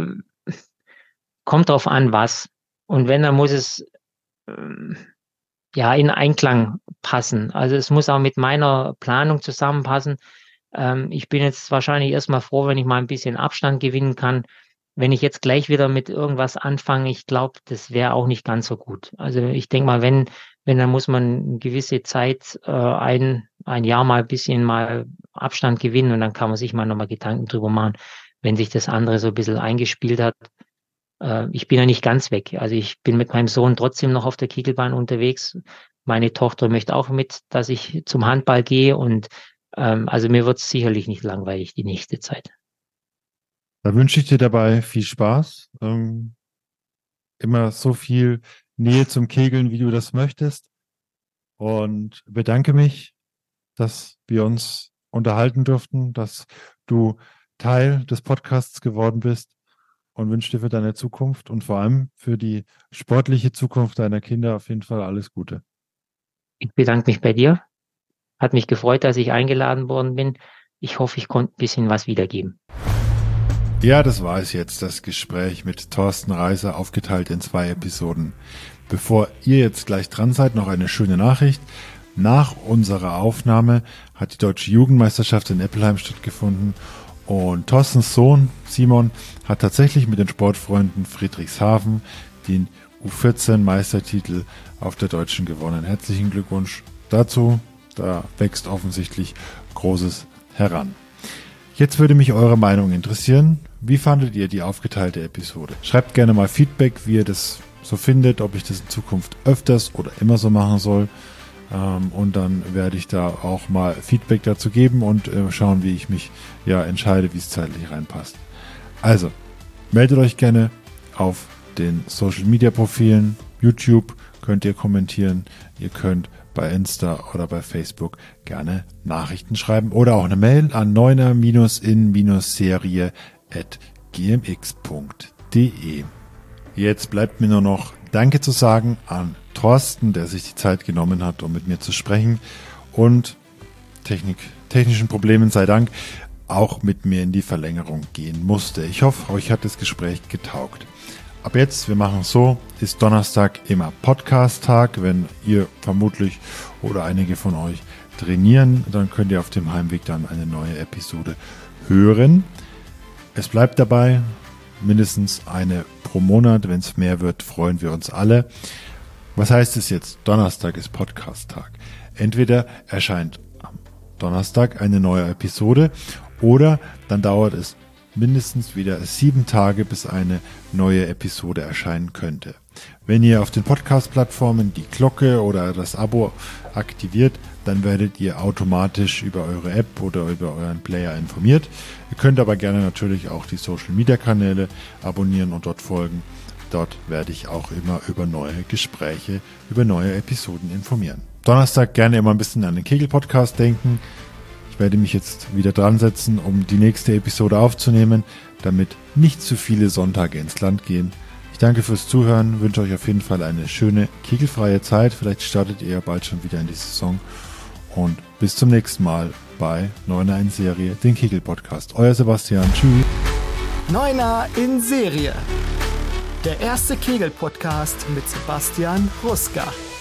S2: kommt drauf an, was. Und wenn, dann muss es ähm, ja in Einklang passen. Also es muss auch mit meiner Planung zusammenpassen. Ähm, ich bin jetzt wahrscheinlich erstmal froh, wenn ich mal ein bisschen Abstand gewinnen kann. Wenn ich jetzt gleich wieder mit irgendwas anfange, ich glaube, das wäre auch nicht ganz so gut. Also ich denke mal, wenn, wenn, dann muss man eine gewisse Zeit, äh, ein, ein Jahr mal ein bisschen mal Abstand gewinnen und dann kann man sich mal nochmal Gedanken drüber machen, wenn sich das andere so ein bisschen eingespielt hat. Äh, ich bin ja nicht ganz weg. Also ich bin mit meinem Sohn trotzdem noch auf der Kegelbahn unterwegs. Meine Tochter möchte auch mit, dass ich zum Handball gehe und ähm, also mir wird es sicherlich nicht langweilig die nächste Zeit.
S1: Da wünsche ich dir dabei viel Spaß. Ähm, immer so viel Nähe zum Kegeln, wie du das möchtest. Und bedanke mich, dass wir uns unterhalten durften, dass du Teil des Podcasts geworden bist und wünsche dir für deine Zukunft und vor allem für die sportliche Zukunft deiner Kinder auf jeden Fall alles Gute.
S2: Ich bedanke mich bei dir. Hat mich gefreut, dass ich eingeladen worden bin. Ich hoffe, ich konnte ein bisschen was wiedergeben.
S1: Ja, das war es jetzt, das Gespräch mit Thorsten Reiser, aufgeteilt in zwei Episoden. Bevor ihr jetzt gleich dran seid, noch eine schöne Nachricht. Nach unserer Aufnahme hat die Deutsche Jugendmeisterschaft in Eppelheim stattgefunden und Thorstens Sohn Simon hat tatsächlich mit den Sportfreunden Friedrichshafen den U vierzehn Meistertitel auf der Deutschen gewonnen. Herzlichen Glückwunsch dazu, da wächst offensichtlich Großes heran. Jetzt würde mich eure Meinung interessieren. Wie fandet ihr die aufgeteilte Episode? Schreibt gerne mal Feedback, wie ihr das so findet, ob ich das in Zukunft öfters oder immer so machen soll. Ähm, und dann werde ich da auch mal Feedback dazu geben und äh, schauen, wie ich mich ja entscheide, wie es zeitlich reinpasst. Also, meldet euch gerne auf den Social Media Profilen. YouTube könnt ihr kommentieren. Ihr könnt bei Insta oder bei Facebook gerne Nachrichten schreiben oder auch eine Mail an neuner in serie at g m x punkt d e. Jetzt bleibt mir nur noch Danke zu sagen an Thorsten, der sich die Zeit genommen hat, um mit mir zu sprechen, und Technik, technischen Problemen sei Dank auch mit mir in die Verlängerung gehen musste. Ich hoffe, euch hat das Gespräch getaugt. Ab jetzt, wir machen es so, ist Donnerstag immer Podcast-Tag. Wenn ihr vermutlich oder einige von euch trainieren, dann könnt ihr auf dem Heimweg dann eine neue Episode hören. Es bleibt dabei, mindestens eine pro Monat. Wenn es mehr wird, freuen wir uns alle. Was heißt es jetzt? Donnerstag ist Podcast-Tag. Entweder erscheint am Donnerstag eine neue Episode oder dann dauert es mindestens wieder sieben Tage, bis eine neue Episode erscheinen könnte. Wenn ihr auf den Podcast-Plattformen die Glocke oder das Abo aktiviert, dann werdet ihr automatisch über eure App oder über euren Player informiert. Ihr könnt aber gerne natürlich auch die Social-Media-Kanäle abonnieren und dort folgen. Dort werde ich auch immer über neue Gespräche, über neue Episoden informieren. Donnerstag gerne immer ein bisschen an den Kegel-Podcast denken. Ich werde mich jetzt wieder dran setzen, um die nächste Episode aufzunehmen, damit nicht zu viele Sonntage ins Land gehen. Ich danke fürs Zuhören, wünsche euch auf jeden Fall eine schöne kegelfreie Zeit. Vielleicht startet ihr bald schon wieder in die Saison. Und bis zum nächsten Mal bei Neuner in Serie, den Kegel-Podcast. Euer Sebastian, tschüss.
S3: Neuner in Serie. Der erste Kegel-Podcast mit Sebastian Ruska.